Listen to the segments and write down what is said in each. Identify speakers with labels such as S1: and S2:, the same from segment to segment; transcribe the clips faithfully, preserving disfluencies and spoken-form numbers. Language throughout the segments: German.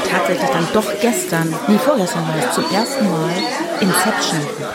S1: tatsächlich dann doch gestern, nee, vorgestern war es, zum ersten Mal Inception geguckt.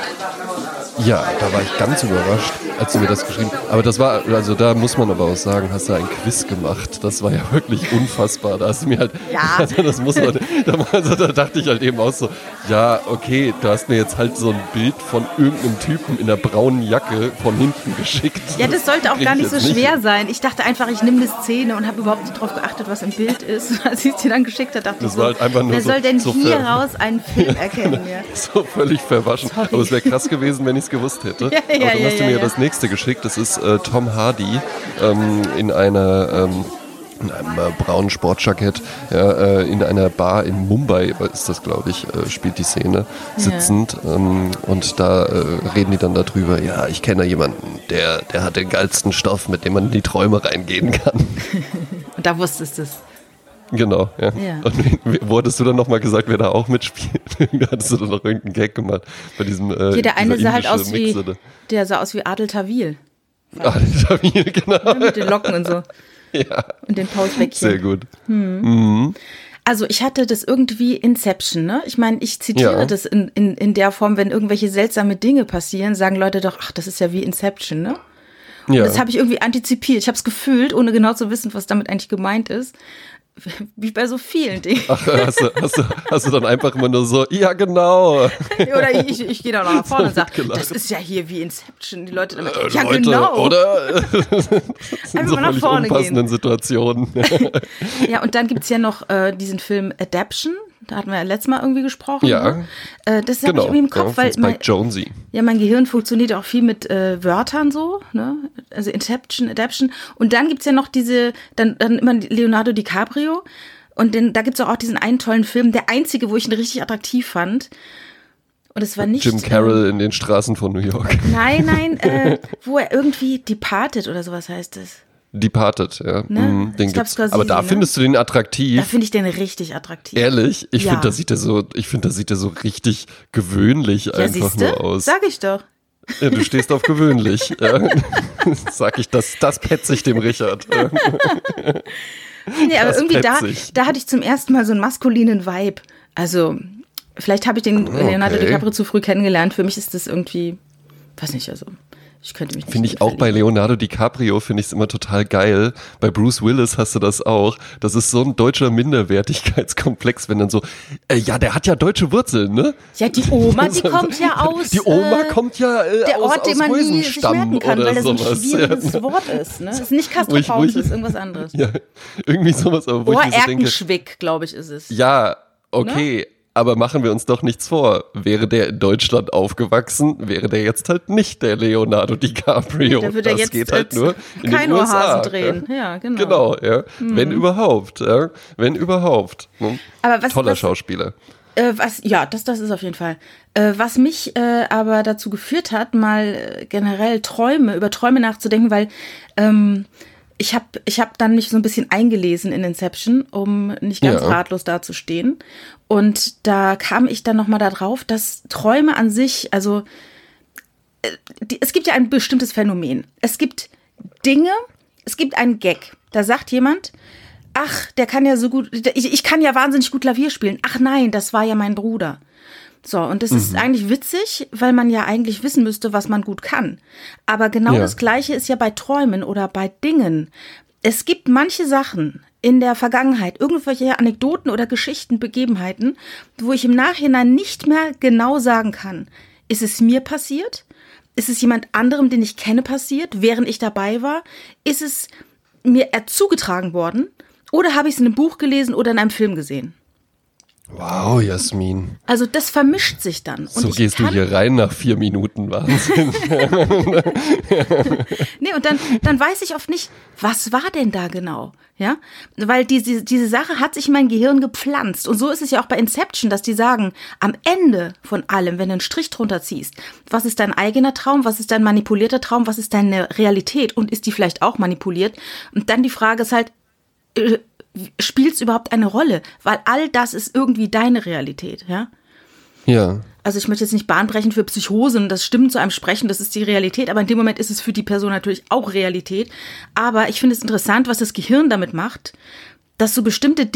S2: Ja, da war ich ganz überrascht, als du mir das geschrieben hast. Aber das war, also da muss man aber auch sagen, hast du ein Quiz gemacht. Das war ja wirklich unfassbar. Da hast du mir halt,
S1: ja.
S2: also das muss man, da, also da dachte ich halt eben auch so, ja, okay, du hast mir jetzt halt so ein Bild von irgendeinem Typen in einer braunen Jacke von hinten geschickt.
S1: Ja, das sollte auch gar nicht so schwer nicht. sein. Ich dachte einfach, ich nehme eine Szene und habe überhaupt nicht drauf geachtet, was im Bild ist. Als ich es dir dann geschickt habe, dachte
S2: das
S1: ich
S2: war
S1: so,
S2: halt einfach nur
S1: wer
S2: so,
S1: soll denn
S2: so
S1: hier
S2: ver-
S1: raus einen Film erkennen? Ja.
S2: So völlig verwaschen.
S1: Sorry.
S2: Aber es wäre krass gewesen, wenn ich es gewusst hätte.
S1: Ja, ja,
S2: Aber dann
S1: ja,
S2: hast du
S1: ja,
S2: mir
S1: ja.
S2: das nächste geschickt. Das ist äh, Tom Hardy ähm, in einer ähm, in einem äh, braunen Sportjackett ja, äh, in einer Bar in Mumbai, ist das glaube ich, äh, spielt die Szene, sitzend. Ja. Ähm, und da äh, reden die dann darüber, ja, ich kenne jemanden, der, der hat den geilsten Stoff, mit dem man in die Träume reingehen kann.
S1: Und da wusstest du es.
S2: Genau, ja.
S1: Ja.
S2: Und wo hattest du dann nochmal gesagt, wer da auch mitspielt? Hattest du dann noch irgendeinen Gag gemacht bei diesem äh,
S1: Hier, der eine sah halt aus wie,
S2: Mixer.
S1: der sah aus wie Adel Tawil.
S2: Adel Tawil, genau.
S1: Ja, mit den Locken und so.
S2: Ja.
S1: Und den Pausbäckchen.
S2: Sehr gut.
S1: Hm.
S2: Mhm.
S1: Also ich hatte das irgendwie Inception, ne? Ich meine, ich zitiere
S2: Ja.
S1: das in, in, in der Form, wenn irgendwelche seltsame Dinge passieren, sagen Leute doch, ach, das ist ja wie Inception, ne? Und
S2: Ja.
S1: das habe ich irgendwie antizipiert. Ich habe es gefühlt, ohne genau zu wissen, was damit eigentlich gemeint ist. Wie bei so vielen Dingen.
S2: Ach, hast du, hast, du, hast du dann einfach immer nur so, ja genau.
S1: Oder ich, ich gehe da noch nach vorne und sage,
S2: mitgelacht.
S1: das ist ja hier wie Inception. Die Leute damit,
S2: Äh,
S1: ja
S2: Leute,
S1: genau.
S2: oder? Das sind
S1: Einfach
S2: so
S1: mal nach
S2: völlig
S1: vorne
S2: unpassenden Situationen.
S1: Ja, und dann gibt's ja noch äh, diesen Film Adaption. Da hatten wir ja letztes Mal irgendwie gesprochen.
S2: Ja,
S1: ne? äh, Das habe
S2: genau.
S1: ich irgendwie im Kopf,
S2: ja,
S1: weil
S2: von
S1: mein,
S2: Spike Jonze.
S1: ja, mein Gehirn funktioniert auch viel mit äh, Wörtern so, ne? Also Inception, Adaption. Und dann gibt's ja noch diese, dann, dann immer Leonardo DiCaprio. Und den, da gibt's auch, auch diesen einen tollen Film, der einzige, wo ich ihn richtig attraktiv fand. Und es war nicht...
S2: Jim Carroll in den Straßen von New York.
S1: Nein, nein, äh, wo er irgendwie Departed oder sowas heißt es.
S2: Departed, ja.
S1: Ne?
S2: Mhm, den
S1: Ich glaub,
S2: gibt's.
S1: Scorsese,
S2: Aber da
S1: ne?
S2: findest du den attraktiv.
S1: Da finde ich den richtig attraktiv.
S2: Ehrlich? Ich
S1: Ja.
S2: finde, da sieht er so, ich finde, da sieht er so richtig gewöhnlich
S1: Ja,
S2: einfach
S1: siehste?
S2: nur aus.
S1: Sag ich doch.
S2: Ja, du stehst auf gewöhnlich. Ja. Sag ich, das, das petze ich dem Richard.
S1: Nee, aber
S2: Das
S1: irgendwie da,
S2: petzig.
S1: da hatte ich zum ersten Mal so einen maskulinen Vibe. Also, vielleicht habe ich den
S2: Okay.
S1: Leonardo DiCaprio zu früh kennengelernt. Für mich ist das irgendwie, weiß nicht, also ich könnte mich nicht
S2: Finde ich
S1: in ihn
S2: auch bei
S1: verlieben.
S2: Leonardo DiCaprio, finde ich es immer total geil. Bei Bruce Willis hast du das auch. Das ist so ein deutscher Minderwertigkeitskomplex, wenn dann so, äh, ja, der hat ja deutsche Wurzeln, ne?
S1: Ja, die Oma, die kommt ja aus...
S2: Die Oma
S1: äh,
S2: kommt ja äh,
S1: der
S2: aus,
S1: Ort, den
S2: aus
S1: man nie sich
S2: Rösenstamm
S1: merken kann,
S2: oder
S1: weil er so ein
S2: sowas.
S1: schwieriges
S2: Ja.
S1: Wort ist. Ne? Es ist nicht
S2: Wo ich- wo ich-
S1: Castrop-Rauxel, es ist irgendwas anderes.
S2: Ja, irgendwie sowas, aber wo ich mir so denke,
S1: Ohrerkenschwick, glaube ich, ist es.
S2: ja, okay, aber machen wir uns doch nichts vor. Wäre der in Deutschland aufgewachsen, wäre der jetzt halt nicht der Leonardo DiCaprio.
S1: Da würde er
S2: das
S1: jetzt
S2: geht halt
S1: als
S2: nur in
S1: kein
S2: den U S A.
S1: Ohrhasen drehen. Ja, genau.
S2: Genau, ja. Wenn überhaupt, ja. Wenn überhaupt. Ne?
S1: Aber was-
S2: Toller
S1: was-
S2: Schauspieler.
S1: Äh, was, ja, das, das ist auf jeden Fall. Äh, was mich äh, aber dazu geführt hat, mal äh, generell Träume, über Träume nachzudenken, weil ähm, ich habe ich hab dann mich so ein bisschen eingelesen in Inception, um nicht ganz
S2: Ja.
S1: ratlos dazustehen. Und da kam ich dann nochmal darauf, dass Träume an sich, also äh, die, es gibt ja ein bestimmtes Phänomen. Es gibt Dinge, es gibt einen Gag. Da sagt jemand, ach, der kann ja so gut, ich, ich kann ja wahnsinnig gut Klavier spielen. Ach nein, das war ja mein Bruder. So, und das
S2: Mhm.
S1: ist eigentlich witzig, weil man ja eigentlich wissen müsste, was man gut kann. Aber genau
S2: Ja.
S1: das Gleiche ist ja bei Träumen oder bei Dingen. Es gibt manche Sachen in der Vergangenheit, irgendwelche Anekdoten oder Geschichten, Begebenheiten, wo ich im Nachhinein nicht mehr genau sagen kann, ist es mir passiert? Ist es jemand anderem, den ich kenne, passiert, während ich dabei war? Ist es mir zugetragen worden? Oder habe ich es in einem Buch gelesen oder in einem Film gesehen?
S2: Wow, Jasmin.
S1: Also das vermischt sich dann. Und
S2: So
S1: ich
S2: gehst
S1: kann,
S2: du hier rein nach vier Minuten. Wahnsinn.
S1: Nee, und dann, dann weiß ich oft nicht, was war denn da genau? Ja, weil diese, diese Sache hat sich in mein Gehirn gepflanzt. Und so ist es ja auch bei Inception, dass die sagen, am Ende von allem, wenn du einen Strich drunter ziehst, was ist dein eigener Traum, was ist dein manipulierter Traum, was ist deine Realität und ist die vielleicht auch manipuliert? Und dann die Frage ist halt, äh, spielt es überhaupt eine Rolle? Weil all das ist irgendwie deine Realität, ja?
S2: Ja.
S1: Also ich möchte jetzt nicht bahnbrechend für Psychosen, das stimmt zu einem sprechen, das ist die Realität, aber in dem Moment ist es für die Person natürlich auch Realität. Aber ich finde es interessant, was das Gehirn damit macht, dass so bestimmte Dinge,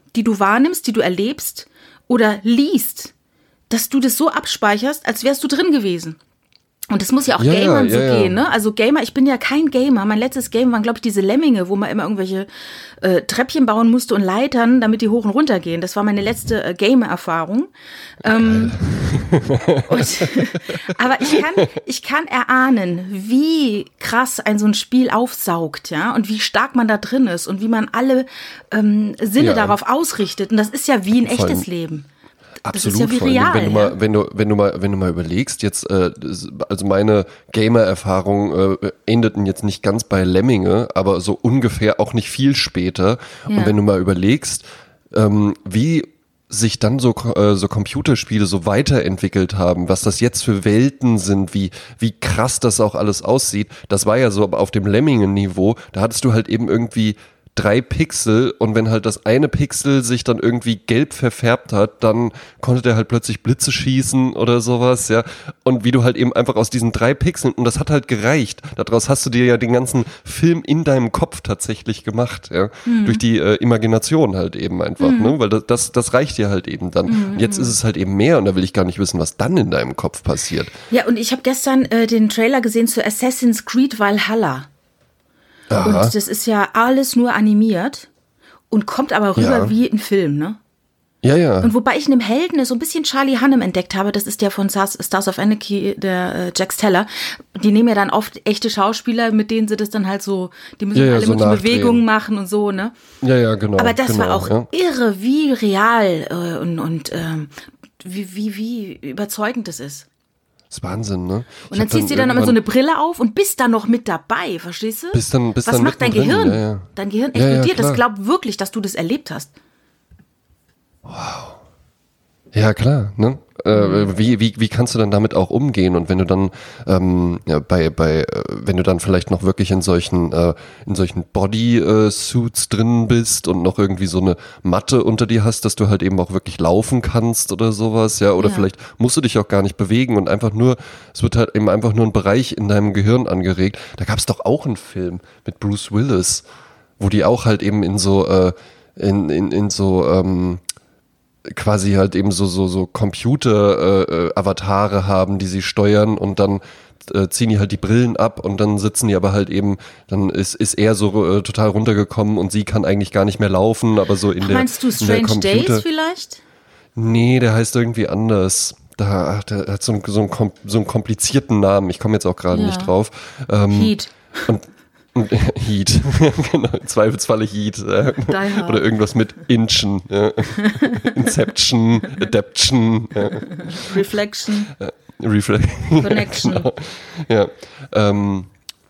S1: die du wahrnimmst, die du erlebst oder liest, dass du das so abspeicherst, als wärst du drin gewesen. Und das muss ja auch
S2: ja,
S1: Gamern
S2: ja,
S1: so
S2: ja.
S1: gehen, ne? Also Gamer, ich bin ja kein Gamer. Mein letztes Game waren, glaube ich, diese Lemminge, wo man immer irgendwelche äh, Treppchen bauen musste und Leitern, damit die hoch und runter gehen. Das war meine letzte äh, Gamer-Erfahrung. Ähm, und, aber ich kann, ich kann erahnen, wie krass ein so ein Spiel aufsaugt, ja, und wie stark man da drin ist und wie man alle ähm, Sinne
S2: Ja.
S1: darauf ausrichtet. Und das ist ja wie ein
S2: Vor allem-
S1: echtes Leben.
S2: Absolut,
S1: Das ist ja wie
S2: vor allem,
S1: real,
S2: wenn du
S1: ja.
S2: mal, wenn du, wenn du mal, wenn du mal überlegst, jetzt, äh, also meine Gamer-Erfahrung äh, endeten jetzt nicht ganz bei Lemminge, aber so ungefähr auch nicht viel später.
S1: Ja.
S2: Und wenn du mal überlegst, ähm, wie sich dann so, äh, so Computerspiele so weiterentwickelt haben, was das jetzt für Welten sind, wie, wie krass das auch alles aussieht, das war ja so auf dem Lemmingen-Niveau, da hattest du halt eben irgendwie drei Pixel und wenn halt das eine Pixel sich dann irgendwie gelb verfärbt hat, dann konnte der halt plötzlich Blitze schießen oder sowas, ja. Und wie du halt eben einfach aus diesen drei Pixeln, und das hat halt gereicht, daraus hast du dir ja den ganzen Film in deinem Kopf tatsächlich gemacht, ja. Mhm. Durch die äh, Imagination halt eben einfach, mhm. ne, weil das, das, das reicht dir halt eben dann. Mhm. Und jetzt ist es halt eben mehr und da will ich gar nicht wissen, was dann in deinem Kopf passiert.
S1: Ja, und ich habe gestern äh, den Trailer gesehen zu Assassin's Creed Valhalla.
S2: Aha.
S1: Und das ist ja alles nur animiert und kommt aber rüber
S2: Ja.
S1: wie ein Film, ne?
S2: Ja, ja.
S1: Und wobei ich in dem Helden so ein bisschen Charlie Hunnam entdeckt habe, das ist der von Stars, Stars of Anarchy, der äh, Jack Steller. Die nehmen ja dann oft echte Schauspieler, mit denen sie das dann halt so, die müssen
S2: Ja, ja,
S1: alle
S2: so
S1: möglichen
S2: nachdrehen.
S1: Bewegungen machen und so, ne?
S2: Ja, ja, genau.
S1: Aber das
S2: genau,
S1: war auch
S2: ja.
S1: irre, wie real äh, und, und ähm, wie, wie, wie überzeugend das ist.
S2: Das ist Wahnsinn, ne?
S1: Und
S2: Ich
S1: dann
S2: hab
S1: ziehst du dir dann immer so
S2: irgendwann-
S1: eine Brille auf und bist dann noch mit dabei, verstehst du?
S2: Bist dann- bist
S1: Was
S2: dann
S1: macht dein
S2: mittendrin,
S1: Gehirn?
S2: ja, ja.
S1: Dein Gehirn
S2: Ja, ja,
S1: explodiert. Das
S2: klar.
S1: glaubt wirklich, dass du das erlebt hast.
S2: Ja, klar, ne? Äh, wie, wie, wie kannst du dann damit auch umgehen? Und wenn du dann ähm, ja, bei, bei, äh, wenn du dann vielleicht noch wirklich in solchen, äh, in solchen Bodysuits drin bist und noch irgendwie so eine Matte unter dir hast, dass du halt eben auch wirklich laufen kannst oder sowas, ja, oder
S1: Ja.
S2: vielleicht musst du dich auch gar nicht bewegen und einfach nur, es wird halt eben einfach nur ein Bereich in deinem Gehirn angeregt. Da gab es doch auch einen Film mit Bruce Willis, wo die auch halt eben in so, äh, in, in, in so, ähm, quasi halt eben so so so Computer-Avatare äh, haben, die sie steuern und dann äh, ziehen die halt die Brillen ab und dann sitzen die aber halt eben, dann ist ist er so äh, total runtergekommen und sie kann eigentlich gar nicht mehr laufen, aber so in
S1: Ach,
S2: der
S1: meinst du
S2: in der
S1: Strange
S2: Computer
S1: Days vielleicht?
S2: Nee, der heißt irgendwie anders. Da ach, der hat so einen so einen, kom- so einen komplizierten Namen. Ich komme jetzt auch gerade
S1: Ja.
S2: nicht drauf. Ähm,
S1: Heat.
S2: Und, und Heat, genau, im Zweifelsfalle Heat. Äh,
S1: Die Hard.
S2: oder irgendwas mit Inchen, ja. Inception, Adaption, ja.
S1: Reflection,
S2: Reflex.
S1: Connection.
S2: Genau. Ja. Ähm,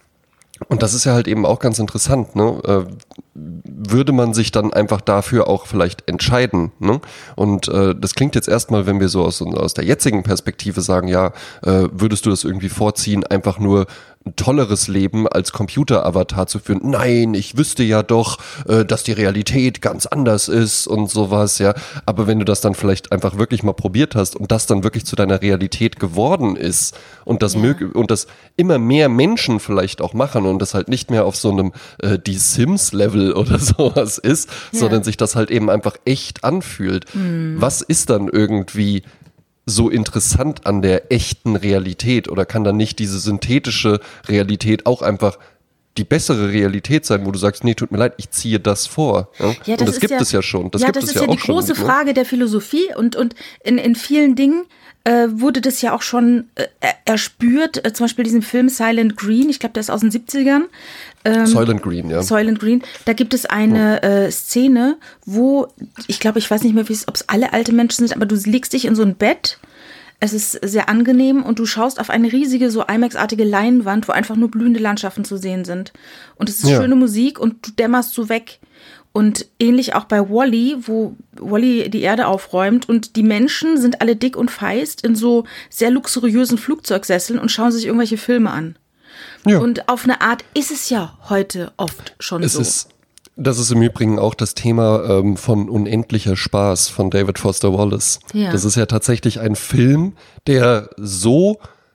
S2: und das ist ja halt eben auch ganz interessant, ne? Äh, würde man sich dann einfach dafür auch vielleicht entscheiden, ne? Und äh, das klingt jetzt erstmal, wenn wir so aus, aus der jetzigen Perspektive sagen, ja, äh, würdest du das irgendwie vorziehen, einfach nur ein tolleres Leben als Computer-Avatar zu führen? Nein, ich wüsste ja doch, äh, dass die Realität ganz anders ist und sowas, ja. Aber wenn du das dann vielleicht einfach wirklich mal probiert hast und das dann wirklich zu deiner Realität geworden ist und das
S1: Ja.
S2: mög- und das immer mehr Menschen vielleicht auch machen und das halt nicht mehr auf so einem äh, die Sims-Level oder sowas ist,
S1: Ja.
S2: sondern sich das halt eben einfach echt anfühlt. Was ist dann irgendwie so interessant an der echten Realität oder kann dann nicht diese synthetische Realität auch einfach die bessere Realität sein, wo du sagst, nee, tut mir leid, ich ziehe das vor. Ja?
S1: Ja,
S2: und das
S1: ist
S2: gibt
S1: ja,
S2: es ja schon. Das
S1: ja,
S2: gibt
S1: das
S2: es
S1: ist
S2: ja,
S1: ja
S2: auch
S1: die große
S2: schon. Ne?
S1: Frage der Philosophie und, und in, in vielen Dingen äh, wurde das ja auch schon äh, erspürt. Äh, zum Beispiel diesen Film Silent Green, ich glaube, der ist aus den siebzigern. Ähm,
S2: Soylent Green, ja.
S1: Soylent Green. Da gibt es eine äh, Szene, wo, ich glaube, ich weiß nicht mehr, ob es alle alte Menschen sind, aber du legst dich in so ein Bett. Es ist sehr angenehm und du schaust auf eine riesige, so IMAX-artige Leinwand, wo einfach nur blühende Landschaften zu sehen sind. Und es ist
S2: Ja.
S1: schöne Musik und du dämmerst so weg. Und ähnlich auch bei Wall-E, wo Wall-E die Erde aufräumt und die Menschen sind alle dick und feist in so sehr luxuriösen Flugzeugsesseln und schauen sich irgendwelche Filme an.
S2: Ja.
S1: Und auf eine Art ist es ja heute oft schon
S2: Es
S1: so.
S2: ist, das ist im Übrigen auch das Thema ähm, von Unendlicher Spaß von David Foster Wallace.
S1: Ja.
S2: Das ist ja tatsächlich ein Film, der so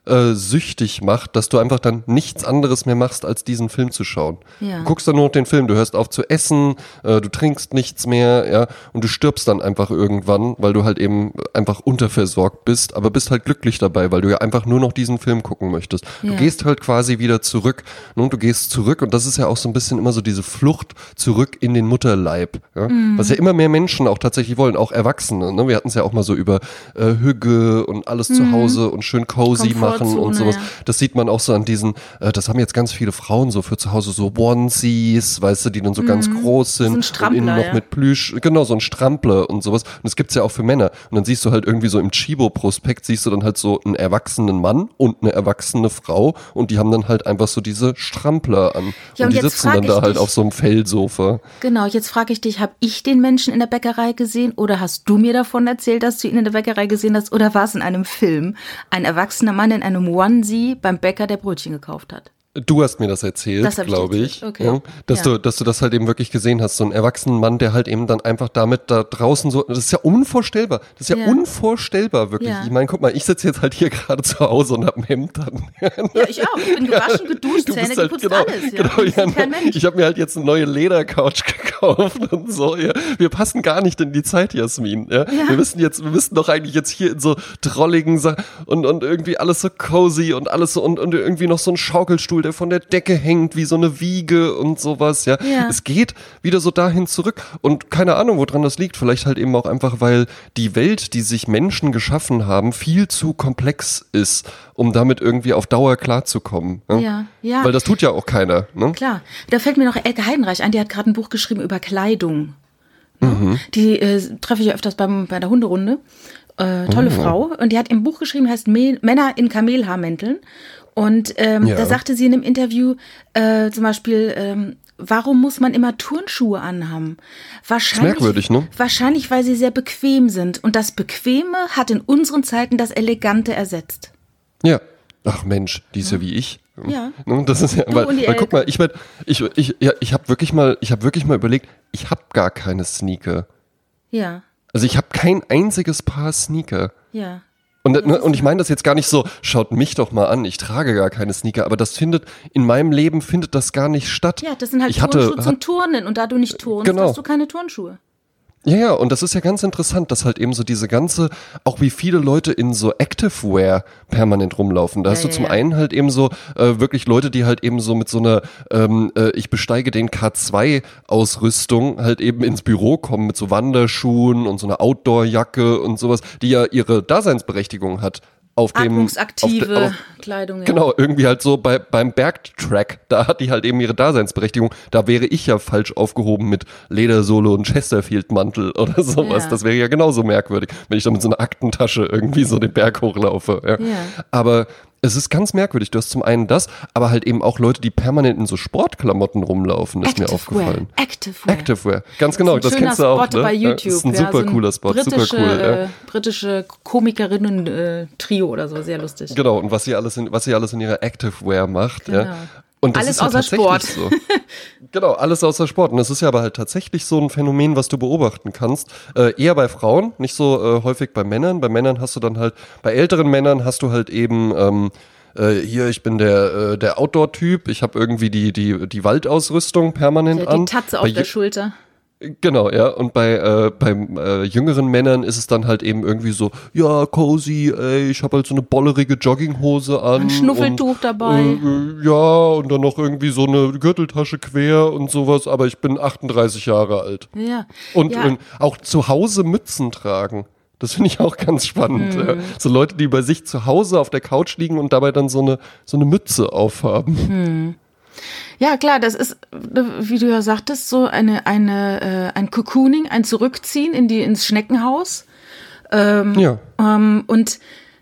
S2: äh, süchtig macht, dass du einfach dann nichts anderes mehr machst, als diesen Film zu schauen.
S1: Ja.
S2: Du guckst dann nur noch den Film, du hörst auf zu essen, äh, du trinkst nichts mehr, ja, und du stirbst dann einfach irgendwann, weil du halt eben einfach unterversorgt bist, aber bist halt glücklich dabei, weil du ja einfach nur noch diesen Film gucken möchtest. Du
S1: Ja.
S2: gehst halt quasi wieder zurück, und du gehst zurück, und das ist ja auch so ein bisschen immer so diese Flucht zurück in den Mutterleib, ja? Mhm. Was ja immer mehr Menschen auch tatsächlich wollen, auch Erwachsene, ne? Wir hatten es ja auch mal so über äh, Hügge und alles mhm. zu Hause und schön cozy machen und sowas. Ja. Das sieht man auch so an diesen, äh, das haben jetzt ganz viele Frauen so für zu Hause, so Onesies, weißt du, die dann so mhm. ganz groß sind. So ein
S1: Strampler,
S2: und innen noch
S1: ja.
S2: mit Plüsch, genau, so ein Strampler und sowas. Und das gibt's ja auch für Männer. Und dann siehst du halt irgendwie so im Chibo-Prospekt, siehst du dann halt so einen erwachsenen Mann und eine erwachsene Frau, und die haben dann halt einfach so diese Strampler an.
S1: Ja,
S2: und,
S1: und
S2: die sitzen dann da
S1: dich,
S2: halt auf so einem Fellsofa.
S1: Genau, jetzt frage ich dich, habe ich den Menschen in der Bäckerei gesehen, oder hast du mir davon erzählt, dass du ihn in der Bäckerei gesehen hast, oder war es in einem Film? Ein erwachsener Mann in einem Onesie beim Bäcker, der Brötchen gekauft hat.
S2: Du hast mir das erzählt, glaube ich,
S1: ich. Okay.
S2: Ja, dass, ja. du, dass du das halt eben wirklich gesehen hast, so einen erwachsenen Mann, der halt eben dann einfach damit da draußen so, das ist ja unvorstellbar, das ist ja, ja. unvorstellbar, wirklich. Ja. Ich meine, guck mal, ich sitze jetzt halt hier gerade zu Hause und hab ein Hemd an.
S1: Ja, ich auch, ich bin gewaschen, geduscht, Zähne
S2: halt,
S1: geputzt,
S2: genau,
S1: alles. Ja.
S2: Genau, ja, kein Mensch. Ich habe mir halt jetzt eine neue Ledercouch gekauft und so, ja. Wir passen gar nicht in die Zeit, Jasmin, ja. ja. Wir müssen jetzt, wir müssen doch eigentlich jetzt hier in so drolligen Sachen und, und irgendwie alles so cozy und alles so und, und irgendwie noch so ein Schaukelstuhl, der von der Decke hängt wie so eine Wiege und sowas, ja.
S1: ja.
S2: Es geht wieder so dahin zurück, und keine Ahnung, woran das liegt. Vielleicht halt eben auch einfach, weil die Welt, die sich Menschen geschaffen haben, viel zu komplex ist, um damit irgendwie auf Dauer klarzukommen. Ja,
S1: ja. ja.
S2: Weil das tut ja auch keiner. Ne?
S1: Klar. Da fällt mir noch Elke Heidenreich ein, die hat gerade ein Buch geschrieben über Kleidung. Mhm. Die äh, treffe ich öfters beim, bei der Hunderunde. Äh, tolle mhm. Frau. Und die hat im Buch geschrieben, heißt Me- Männer in Kamelhaarmänteln. Und ähm, ja. da sagte sie in einem Interview äh, zum Beispiel, ähm, warum muss man immer Turnschuhe anhaben? Wahrscheinlich,
S2: merkwürdig, ne?
S1: Wahrscheinlich, weil sie sehr bequem sind. Und das Bequeme hat in unseren Zeiten das Elegante ersetzt.
S2: Ja. Ach Mensch, die ist ja, ja wie ich.
S1: Ja.
S2: Das ist ja, weil, weil guck mal, ich mein, ich ich ja, ich habe wirklich mal, ich habe wirklich mal überlegt, ich habe gar keine Sneaker.
S1: Ja.
S2: Also ich habe kein einziges Paar Sneaker.
S1: Ja.
S2: Und, und ich meine das jetzt gar nicht so, schaut mich doch mal an, ich trage gar keine Sneaker, aber das findet, in meinem Leben findet das gar nicht statt.
S1: Ja, das sind halt
S2: ich
S1: Turnschuhe
S2: hatte,
S1: zum Turnen, und da du nicht turnst,
S2: genau.
S1: hast du keine Turnschuhe.
S2: Ja, ja, und das ist ja ganz interessant, dass halt eben so diese ganze, auch wie viele Leute in so Activewear permanent rumlaufen. Da
S1: ja,
S2: hast du
S1: ja,
S2: zum
S1: ja.
S2: einen halt eben so äh, wirklich Leute, die halt eben so mit so einer, ähm, äh, ich besteige den K zwei Ausrüstung halt eben ins Büro kommen mit so Wanderschuhen und so einer Outdoor-Jacke und sowas, die ja ihre Daseinsberechtigung hat. Auf dem,
S1: Atmungsaktive
S2: auf de, auf,
S1: Kleidung, ja.
S2: Genau, irgendwie halt so bei, beim Bergtrack, da hat die halt eben ihre Daseinsberechtigung. Da wäre ich ja falsch aufgehoben mit Ledersohle und Chesterfield-Mantel oder sowas.
S1: Ja.
S2: Das wäre ja genauso merkwürdig, wenn ich da mit so einer Aktentasche irgendwie so den Berg hochlaufe. Ja.
S1: Ja.
S2: Aber es ist ganz merkwürdig. Du hast zum einen das, aber halt eben auch Leute, die permanent in so Sportklamotten rumlaufen, ist
S1: Active
S2: mir aufgefallen.
S1: Wear. Activewear.
S2: Activewear, ganz genau, das,
S1: das
S2: kennst du auch.
S1: Spot ne? bei YouTube.
S2: Das ist ein
S1: ja,
S2: super
S1: so ein
S2: cooler Spot, super cool. Ja.
S1: Äh, britische Komikerinnen-Trio oder so, sehr lustig.
S2: Genau, und was sie alles in, was sie alles in ihrer Activewear macht.
S1: Genau.
S2: Ja. Und das
S1: alles
S2: ist ja
S1: außer Sport.
S2: So. Genau, alles außer Sport. Und das ist ja aber halt tatsächlich so ein Phänomen, was du beobachten kannst. Äh, eher bei Frauen, nicht so äh, häufig bei Männern. Bei Männern hast du dann halt, bei älteren Männern hast du halt eben ähm, äh, hier, ich bin der äh, der Outdoor-Typ, ich habe irgendwie die die die Waldausrüstung permanent
S1: ja,
S2: an.
S1: Die Tatze
S2: bei
S1: auf der Schulter.
S2: Genau, ja. Und bei äh, beim äh, jüngeren Männern ist es dann halt eben irgendwie so, ja, cozy, ey, ich habe halt so eine bollerige Jogginghose an.
S1: Ein Schnuffeltuch
S2: und,
S1: dabei.
S2: Äh, ja, und dann noch irgendwie so eine Gürteltasche quer und sowas, aber ich bin achtunddreißig Jahre alt.
S1: Ja.
S2: Und,
S1: ja.
S2: und auch zu Hause Mützen tragen. Das finde ich auch ganz spannend.
S1: Hm.
S2: Ja. So Leute, die bei sich zu Hause auf der Couch liegen und dabei dann so eine, so eine Mütze aufhaben.
S1: Hm. Ja, klar, das ist, wie du ja sagtest, so eine, eine, äh, ein Cocooning, ein Zurückziehen in die, ins Schneckenhaus. Ähm,
S2: ja.
S1: Ähm, und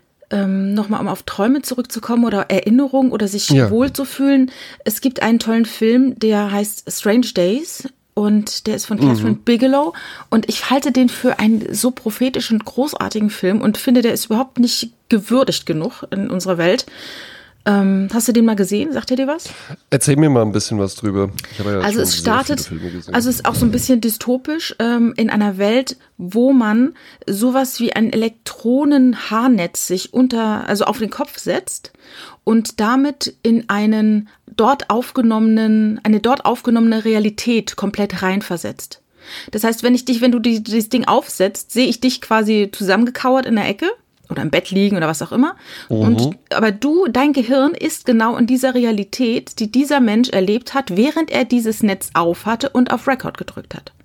S1: ähm, nochmal, um auf Träume zurückzukommen oder Erinnerungen oder sich
S2: ja.
S1: wohl zu fühlen. Es gibt einen tollen Film, der heißt Strange Days. Und der ist von Catherine mhm. Bigelow. Und ich halte den für einen so prophetischen, großartigen Film und finde, der ist überhaupt nicht gewürdigt genug in unserer Welt. Ähm, hast du den mal gesehen? Sagt er dir was?
S2: Erzähl mir mal ein bisschen was drüber. Ich habe ja
S1: Also
S2: schon
S1: es startet,
S2: sehr viele Filme gesehen.
S1: also es ist auch so ein bisschen dystopisch ähm, in einer Welt, wo man sowas wie ein Elektronenhaarnetz sich unter, also auf den Kopf setzt und damit in einen dort aufgenommenen, eine dort aufgenommene Realität komplett reinversetzt. Das heißt, wenn ich dich, wenn du die, dieses Ding aufsetzt, sehe ich dich quasi zusammengekauert in der Ecke oder im Bett liegen oder was auch immer. Mhm. Und, aber du, dein Gehirn ist genau in dieser Realität, die dieser Mensch erlebt hat, während er dieses Netz aufhatte und auf Record gedrückt hat.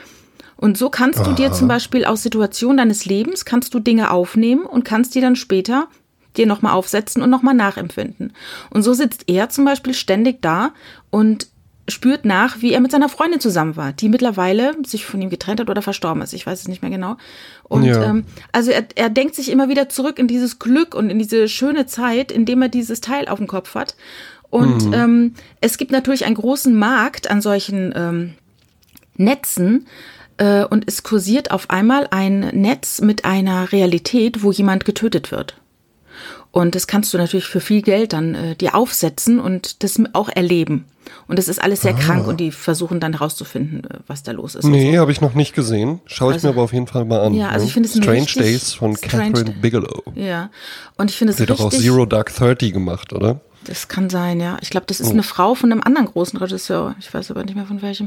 S1: Und so kannst Aha. du dir zum Beispiel aus Situationen deines Lebens, kannst du Dinge aufnehmen und kannst die dann später dir nochmal aufsetzen und nochmal nachempfinden. Und so sitzt er zum Beispiel ständig da und spürt nach, wie er mit seiner Freundin zusammen war, die mittlerweile sich von ihm getrennt hat oder verstorben ist. Ich weiß es nicht mehr genau. Und ja. ähm, also er, er denkt sich immer wieder zurück in dieses Glück und in diese schöne Zeit, in dem er dieses Teil auf dem Kopf hat. Und mhm. ähm, es gibt natürlich einen großen Markt an solchen ähm, Netzen, äh, und es kursiert auf einmal ein Netz mit einer Realität, wo jemand getötet wird. Und das kannst du natürlich für viel Geld dann äh, dir aufsetzen und das auch erleben. Und das ist alles sehr ah. krank und die versuchen dann herauszufinden, was da los ist.
S2: Nee,
S1: so.
S2: habe ich noch nicht gesehen. Schaue ich also, mir aber auf jeden Fall mal an.
S1: Ja, also ich finde es
S2: Strange Days von Catherine Bigelow.
S1: Ja, und ich finde es richtig...
S2: Sie hat doch auch Zero Dark Thirty gemacht, oder?
S1: Das kann sein, ja. Ich glaube, das ist oh. eine Frau von einem anderen großen Regisseur. Ich weiß aber nicht mehr von welchem.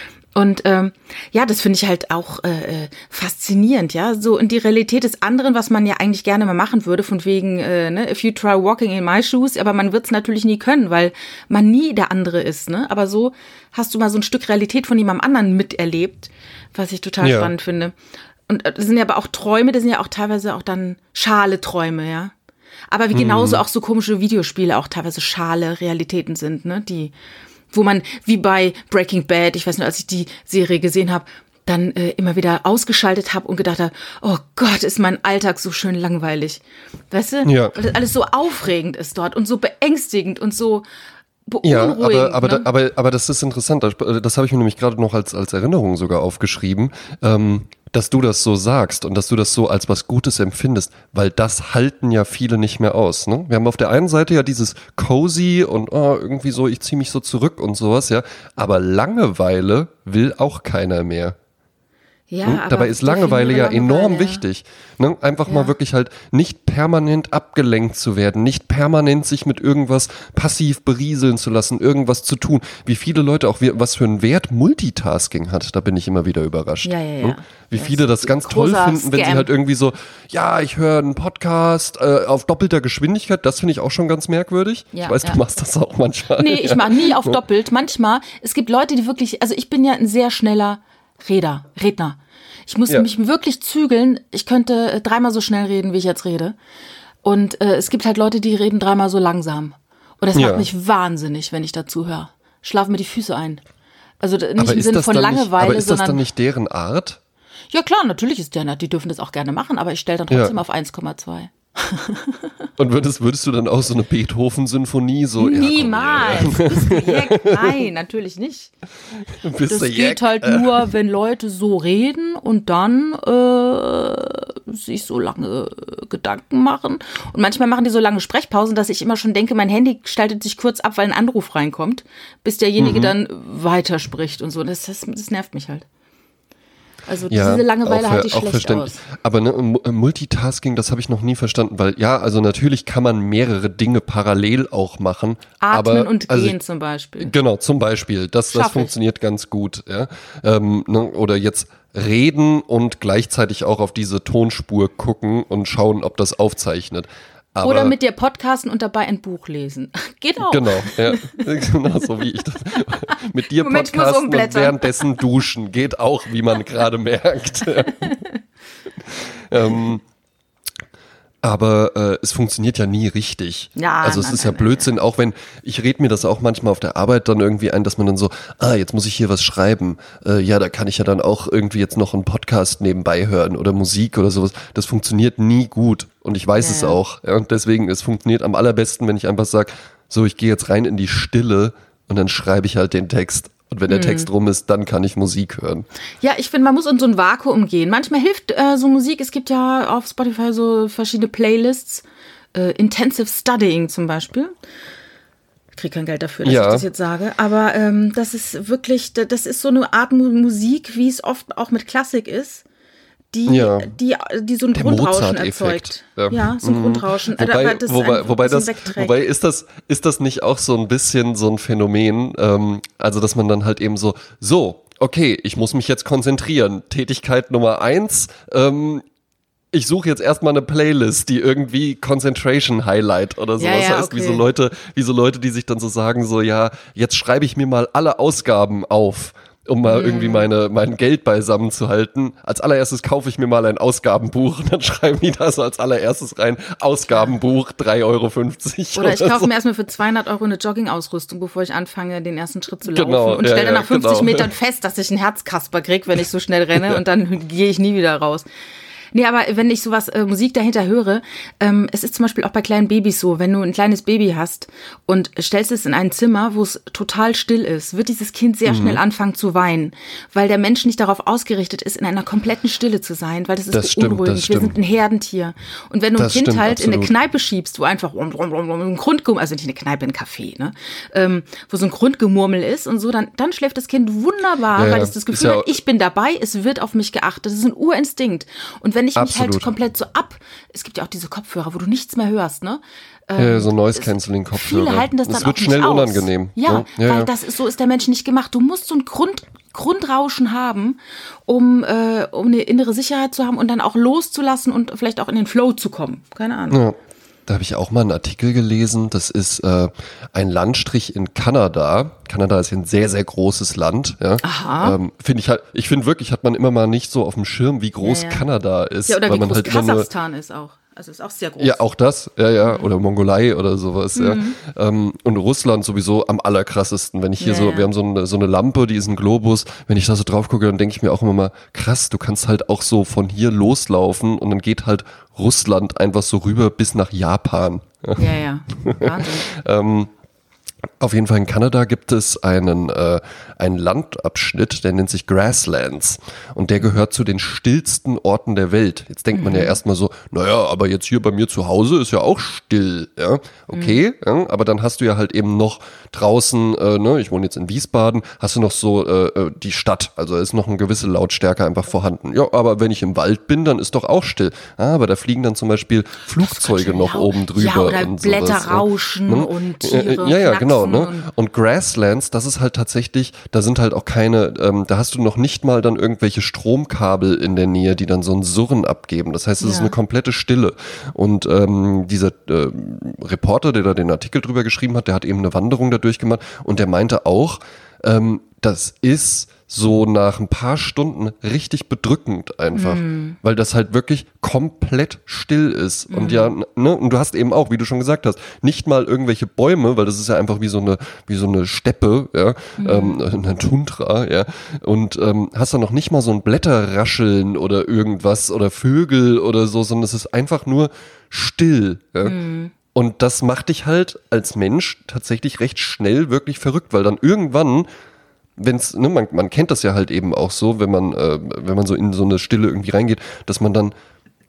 S1: Und ähm, ja, das finde ich halt auch äh, faszinierend, ja, so in die Realität des anderen, was man ja eigentlich gerne mal machen würde, von wegen, äh, ne, if you try walking in my shoes, aber man wird es natürlich nie können, weil man nie der andere ist, ne, aber so hast du mal so ein Stück Realität von jemandem anderen miterlebt, was ich total ja. spannend finde. Und das sind ja aber auch Träume, das sind ja auch teilweise auch dann schale Träume, ja, aber wie genauso mhm. auch so komische Videospiele auch teilweise schale Realitäten sind, ne, die wo man, wie bei Breaking Bad, ich weiß nicht, als ich die Serie gesehen habe, dann äh, immer wieder ausgeschaltet habe und gedacht habe, oh Gott, ist mein Alltag so schön langweilig. Weißt du?
S2: Ja.
S1: Weil das alles so aufregend ist dort und so beängstigend und so beunruhigend.
S2: Ja, aber, aber,
S1: ne?
S2: aber, aber, aber das ist interessant. Das, das habe ich mir nämlich gerade noch als, als Erinnerung sogar aufgeschrieben. Ähm, dass du das so sagst und dass du das so als was Gutes empfindest, weil das halten ja viele nicht mehr aus. Ne? Wir haben auf der einen Seite ja dieses Cozy und oh, irgendwie so, ich ziehe mich so zurück und sowas, ja. Aber Langeweile will auch keiner mehr.
S1: Ja,
S2: hm?
S1: aber
S2: Dabei ist Langeweile ja enorm
S1: ja.
S2: wichtig. Ne? Einfach
S1: ja.
S2: mal wirklich halt nicht permanent abgelenkt zu werden, nicht permanent sich mit irgendwas passiv berieseln zu lassen, irgendwas zu tun. Wie viele Leute auch, wie, was für einen Wert Multitasking hat, da bin ich immer wieder überrascht.
S1: Ja, ja, ja.
S2: Hm? Wie
S1: das
S2: viele das ganz toll finden, wenn
S1: Scam.
S2: sie halt irgendwie so, ja, ich höre einen Podcast äh, auf doppelter Geschwindigkeit, das finde ich auch schon ganz merkwürdig.
S1: Ja,
S2: ich weiß,
S1: ja.
S2: du machst das auch manchmal.
S1: Nee, ich mache nie auf doppelt. Manchmal, es gibt Leute, die wirklich, also ich bin ja ein sehr schneller Reder, Redner. Ich muss ja. mich wirklich zügeln. Ich könnte äh, dreimal so schnell reden, wie ich jetzt rede. Und äh, es gibt halt Leute, die reden dreimal so langsam. Und das
S2: ja.
S1: macht mich wahnsinnig, wenn ich dazu höre. Schlafen mir die Füße ein. Also nicht
S2: aber
S1: im Sinne von Langeweile,
S2: nicht, aber ist
S1: sondern...
S2: das dann nicht deren Art?
S1: Ja klar, natürlich ist der nett. Die dürfen das auch gerne machen, aber ich stelle dann trotzdem ja. auf eins Komma zwei.
S2: Und würdest, würdest du dann auch so eine Beethoven-Symphonie so...
S1: Niemals! Ja, bist du Jack? Nein, natürlich nicht.
S2: Bist
S1: das
S2: du
S1: geht
S2: Jack?
S1: halt nur, wenn Leute so reden und dann äh, sich so lange Gedanken machen. Und manchmal machen die so lange Sprechpausen, dass ich immer schon denke, mein Handy schaltet sich kurz ab, weil ein Anruf reinkommt, bis derjenige mhm. dann weiterspricht und so. Das, das, das nervt mich halt. Also
S2: ja,
S1: diese Langeweile
S2: auch,
S1: halte ich
S2: auch
S1: schlecht
S2: verständlich.
S1: aus.
S2: Aber ne, Multitasking, das habe ich noch nie verstanden, weil ja, also natürlich kann man mehrere Dinge parallel auch machen.
S1: Atmen
S2: aber,
S1: und
S2: also,
S1: gehen zum Beispiel.
S2: Genau, zum Beispiel. Das, das funktioniert ich. ganz gut. Ja. Ähm, ne, oder jetzt reden und gleichzeitig auch auf diese Tonspur gucken und schauen, ob das aufzeichnet. Aber
S1: oder mit dir podcasten und dabei ein Buch lesen. Geht auch.
S2: Genau, ja. Genau so wie ich das. Mit dir
S1: Moment,
S2: podcasten und währenddessen duschen. Geht auch, wie man gerade merkt. ähm, aber äh, es funktioniert ja nie richtig.
S1: Ja,
S2: also es
S1: nein,
S2: ist ja
S1: nein,
S2: Blödsinn, auch wenn, ich rede mir das auch manchmal auf der Arbeit dann irgendwie ein, dass man dann so, ah, jetzt muss ich hier was schreiben. Äh, ja, da kann ich ja dann auch irgendwie jetzt noch einen Podcast nebenbei hören oder Musik oder sowas. Das funktioniert nie gut und ich weiß ja, es auch. Ja, und deswegen, es funktioniert am allerbesten, wenn ich einfach sage, so, ich gehe jetzt rein in die Stille und dann schreibe ich halt den Text. Und wenn der hm. Text rum ist, dann kann ich Musik hören.
S1: Ja, ich finde, man muss in so ein Vakuum gehen. Manchmal hilft äh, so Musik, es gibt ja auf Spotify so verschiedene Playlists, äh, Intensive Studying zum Beispiel. Ich kriege kein Geld dafür, dass
S2: ja.
S1: ich das jetzt sage. Aber ähm, das ist wirklich, das ist so eine Art Musik, wie es oft auch mit Klassik ist. Die, ja. die, die so ein
S2: Der
S1: Grundrauschen erzeugt. Ja. ja, so ein mhm. Grundrauschen.
S2: Wobei, das wobei, wobei, das, wobei ist das, ist das nicht auch so ein bisschen so ein Phänomen, ähm, also dass man dann halt eben so, so, okay, ich muss mich jetzt konzentrieren. Tätigkeit Nummer eins, ähm, ich suche jetzt erstmal eine Playlist, die irgendwie Concentration Highlight oder sowas ja, ja, heißt, okay. wie so Leute, wie so Leute, die sich dann so sagen, so, ja, jetzt schreibe ich mir mal alle Ausgaben auf, um mal mm. irgendwie meine, mein Geld beisammen zu halten. Als allererstes kaufe ich mir mal ein Ausgabenbuch und dann schreiben die da so als allererstes rein, Ausgabenbuch, drei Euro fünfzig.
S1: Oder ich kaufe so. mir erstmal für zweihundert Euro eine Joggingausrüstung, bevor ich anfange, den ersten Schritt zu laufen.
S2: Genau,
S1: und
S2: ja,
S1: stelle dann
S2: ja,
S1: nach fünfzig
S2: genau.
S1: Metern fest, dass ich einen Herzkasper kriege, wenn ich so schnell renne und dann gehe ich nie wieder raus. Nee, aber wenn ich sowas, äh, Musik dahinter höre, ähm, es ist zum Beispiel auch bei kleinen Babys so, wenn du ein kleines Baby hast und stellst es in ein Zimmer, wo es total still ist, wird dieses Kind sehr mhm. schnell anfangen zu weinen, weil der Mensch nicht darauf ausgerichtet ist, in einer kompletten Stille zu sein, weil das ist
S2: das
S1: beunruhigend.
S2: Stimmt, das
S1: Wir sind ein Herdentier. Und wenn du
S2: das
S1: ein Kind
S2: stimmt,
S1: halt
S2: absolut.
S1: in eine Kneipe schiebst, wo einfach ein Grundgemurmel, also nicht eine Kneipe, ein Café, ne, ähm, wo so ein Grundgemurmel ist und so, dann, dann schläft das Kind wunderbar,
S2: ja,
S1: weil es das Gefühl
S2: ja
S1: hat, ich bin dabei, es wird auf mich geachtet. Das ist ein Urinstinkt. Und wenn ich mich
S2: absolut.
S1: halt komplett so ab. Es gibt ja auch diese Kopfhörer, wo du nichts mehr hörst, ne?
S2: Ähm, ja, so Noise-Canceling-Kopfhörer.
S1: Viele halten das dann
S2: das
S1: auch
S2: wird
S1: nicht
S2: schnell
S1: aus.
S2: unangenehm.
S1: Ja,
S2: ne? ja
S1: weil
S2: ja.
S1: das ist, so ist der Mensch nicht gemacht. Du musst so ein Grund, Grundrauschen haben, um, äh, um eine innere Sicherheit zu haben und dann auch loszulassen und vielleicht auch in den Flow zu kommen. Keine Ahnung.
S2: Ja. Da habe ich auch mal einen Artikel gelesen, das ist äh, ein Landstrich in Kanada. Kanada ist ein sehr, sehr großes Land. Ja.
S1: Aha.
S2: Ähm, find ich halt, ich finde wirklich, hat man immer mal nicht so auf dem Schirm, wie groß ja, ja. Kanada ist.
S1: Ja, oder
S2: weil
S1: wie
S2: man
S1: groß
S2: halt
S1: Kasachstan ist auch. Also ist auch sehr groß.
S2: Ja, auch das, ja, ja, oder Mongolei oder sowas,
S1: mhm.
S2: ja. Ähm, und Russland sowieso am allerkrassesten. Wenn ich hier
S1: ja,
S2: so,
S1: ja.
S2: wir haben so eine, so eine Lampe, die ist ein Globus, wenn ich da so drauf gucke, dann denke ich mir auch immer mal, krass, du kannst halt auch so von hier loslaufen und dann geht halt Russland einfach so rüber bis nach Japan.
S1: Ja, ja, ja. Wahnsinn.
S2: ähm, Auf jeden Fall in Kanada gibt es einen, äh, einen Landabschnitt, der nennt sich Grasslands und der gehört zu den stillsten Orten der Welt. Jetzt denkt man mhm. ja erstmal so, naja, aber jetzt hier bei mir zu Hause ist ja auch still, ja, okay, mhm. ja, aber dann hast du ja halt eben noch draußen, äh, ne, ich wohne jetzt in Wiesbaden, hast du noch so äh, die Stadt, also ist noch eine gewisse Lautstärke einfach vorhanden. Ja, aber wenn ich im Wald bin, dann ist doch auch still. Ah, aber da fliegen dann zum Beispiel Flugzeuge noch laut. oben drüber.
S1: Ja, oder
S2: und
S1: Blätter
S2: sowas,
S1: rauschen
S2: ja.
S1: und Tiere
S2: Ja, ja, genau. Ne?
S1: Und,
S2: und Grasslands, das ist halt tatsächlich, da sind halt auch keine, ähm, da hast du noch nicht mal dann irgendwelche Stromkabel in der Nähe, die dann so ein Surren abgeben. Das heißt, es ja. ist eine komplette Stille. Und ähm, dieser äh, Reporter, der da den Artikel drüber geschrieben hat, der hat eben eine Wanderung da durchgemacht und der meinte auch, ähm, das ist so nach ein paar Stunden richtig bedrückend einfach, mm. weil das halt wirklich komplett still ist mm. und ja, ne, und du hast eben auch, wie du schon gesagt hast, nicht mal irgendwelche Bäume, weil das ist ja einfach wie so eine, wie so eine Steppe, ja, mm. ähm, eine Tundra, ja, und ähm, hast dann noch nicht mal so ein Blätterrascheln oder irgendwas oder Vögel oder so, sondern es ist einfach nur still, ja. Mm. Und das macht dich halt als Mensch tatsächlich recht schnell wirklich verrückt, weil dann irgendwann, wenn's, ne, man, man kennt das ja halt eben auch so, wenn man, äh, wenn man so in so eine Stille irgendwie reingeht, dass man dann,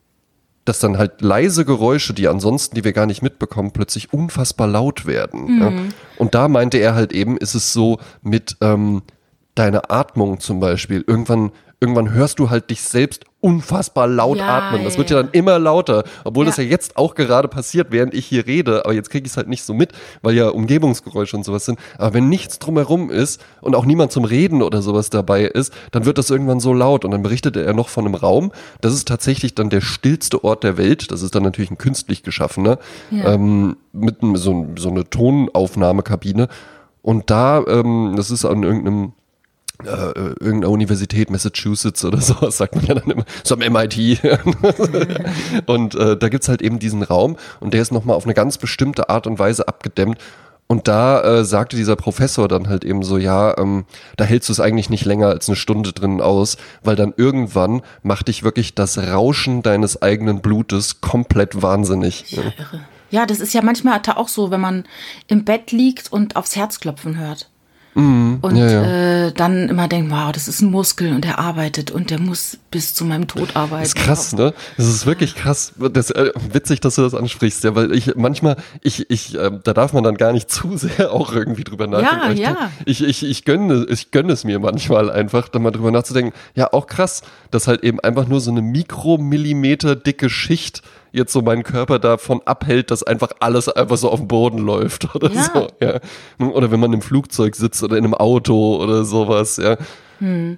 S2: dass dann halt leise Geräusche, die ansonsten, die wir gar nicht mitbekommen, plötzlich unfassbar laut werden. Mhm. Ja? Und da meinte er halt eben, ist es so mit ähm, deiner Atmung zum Beispiel. Irgendwann, irgendwann hörst du halt dich selbst unfassbar laut
S1: ja,
S2: atmen. Das
S1: ja,
S2: wird ja dann immer lauter, obwohl
S1: ja.
S2: das ja jetzt auch gerade passiert, während ich hier rede, aber jetzt kriege ich es halt nicht so mit, weil ja Umgebungsgeräusche und sowas sind. Aber wenn nichts drumherum ist und auch niemand zum Reden oder sowas dabei ist, dann wird das irgendwann so laut und dann berichtete er noch von einem Raum, das ist tatsächlich dann der stillste Ort der Welt, das ist dann natürlich ein künstlich geschaffener, ja. ähm, mit so, so eine Tonaufnahmekabine und da, ähm, das ist an irgendeinem Äh, irgendeiner Universität, Massachusetts oder so, sagt man ja dann immer, so am M I T. Und äh, da gibt's halt eben diesen Raum und der ist nochmal auf eine ganz bestimmte Art und Weise abgedämmt. Und da äh, sagte dieser Professor dann halt eben so, ja, ähm, da hältst du es eigentlich nicht länger als eine Stunde drinnen aus, weil dann irgendwann macht dich wirklich das Rauschen deines eigenen Blutes komplett wahnsinnig.
S1: Ja, irre. Ja, das ist ja manchmal auch so, wenn man im Bett liegt und aufs Herz klopfen hört.
S2: Mhm,
S1: und
S2: ja, ja.
S1: Äh, dann immer denken, wow, das ist ein Muskel und der arbeitet und der muss bis zu meinem Tod arbeiten.
S2: Das ist krass, ne? Das ist wirklich krass. Das, äh, witzig, dass du das ansprichst, ja, weil ich manchmal, ich, ich, äh, da darf man dann gar nicht zu sehr auch irgendwie drüber nachdenken.
S1: Ja, ja.
S2: Ich, ich, ich gönne, ich gönne es mir manchmal einfach, da mal drüber nachzudenken. Ja, auch krass, dass halt eben einfach nur so eine Mikromillimeter dicke Schicht jetzt so meinen Körper davon abhält, dass einfach alles einfach so auf dem Boden läuft oder
S1: ja.
S2: so, ja. Oder wenn man im Flugzeug sitzt oder in einem Auto oder sowas, ja.
S1: Hm.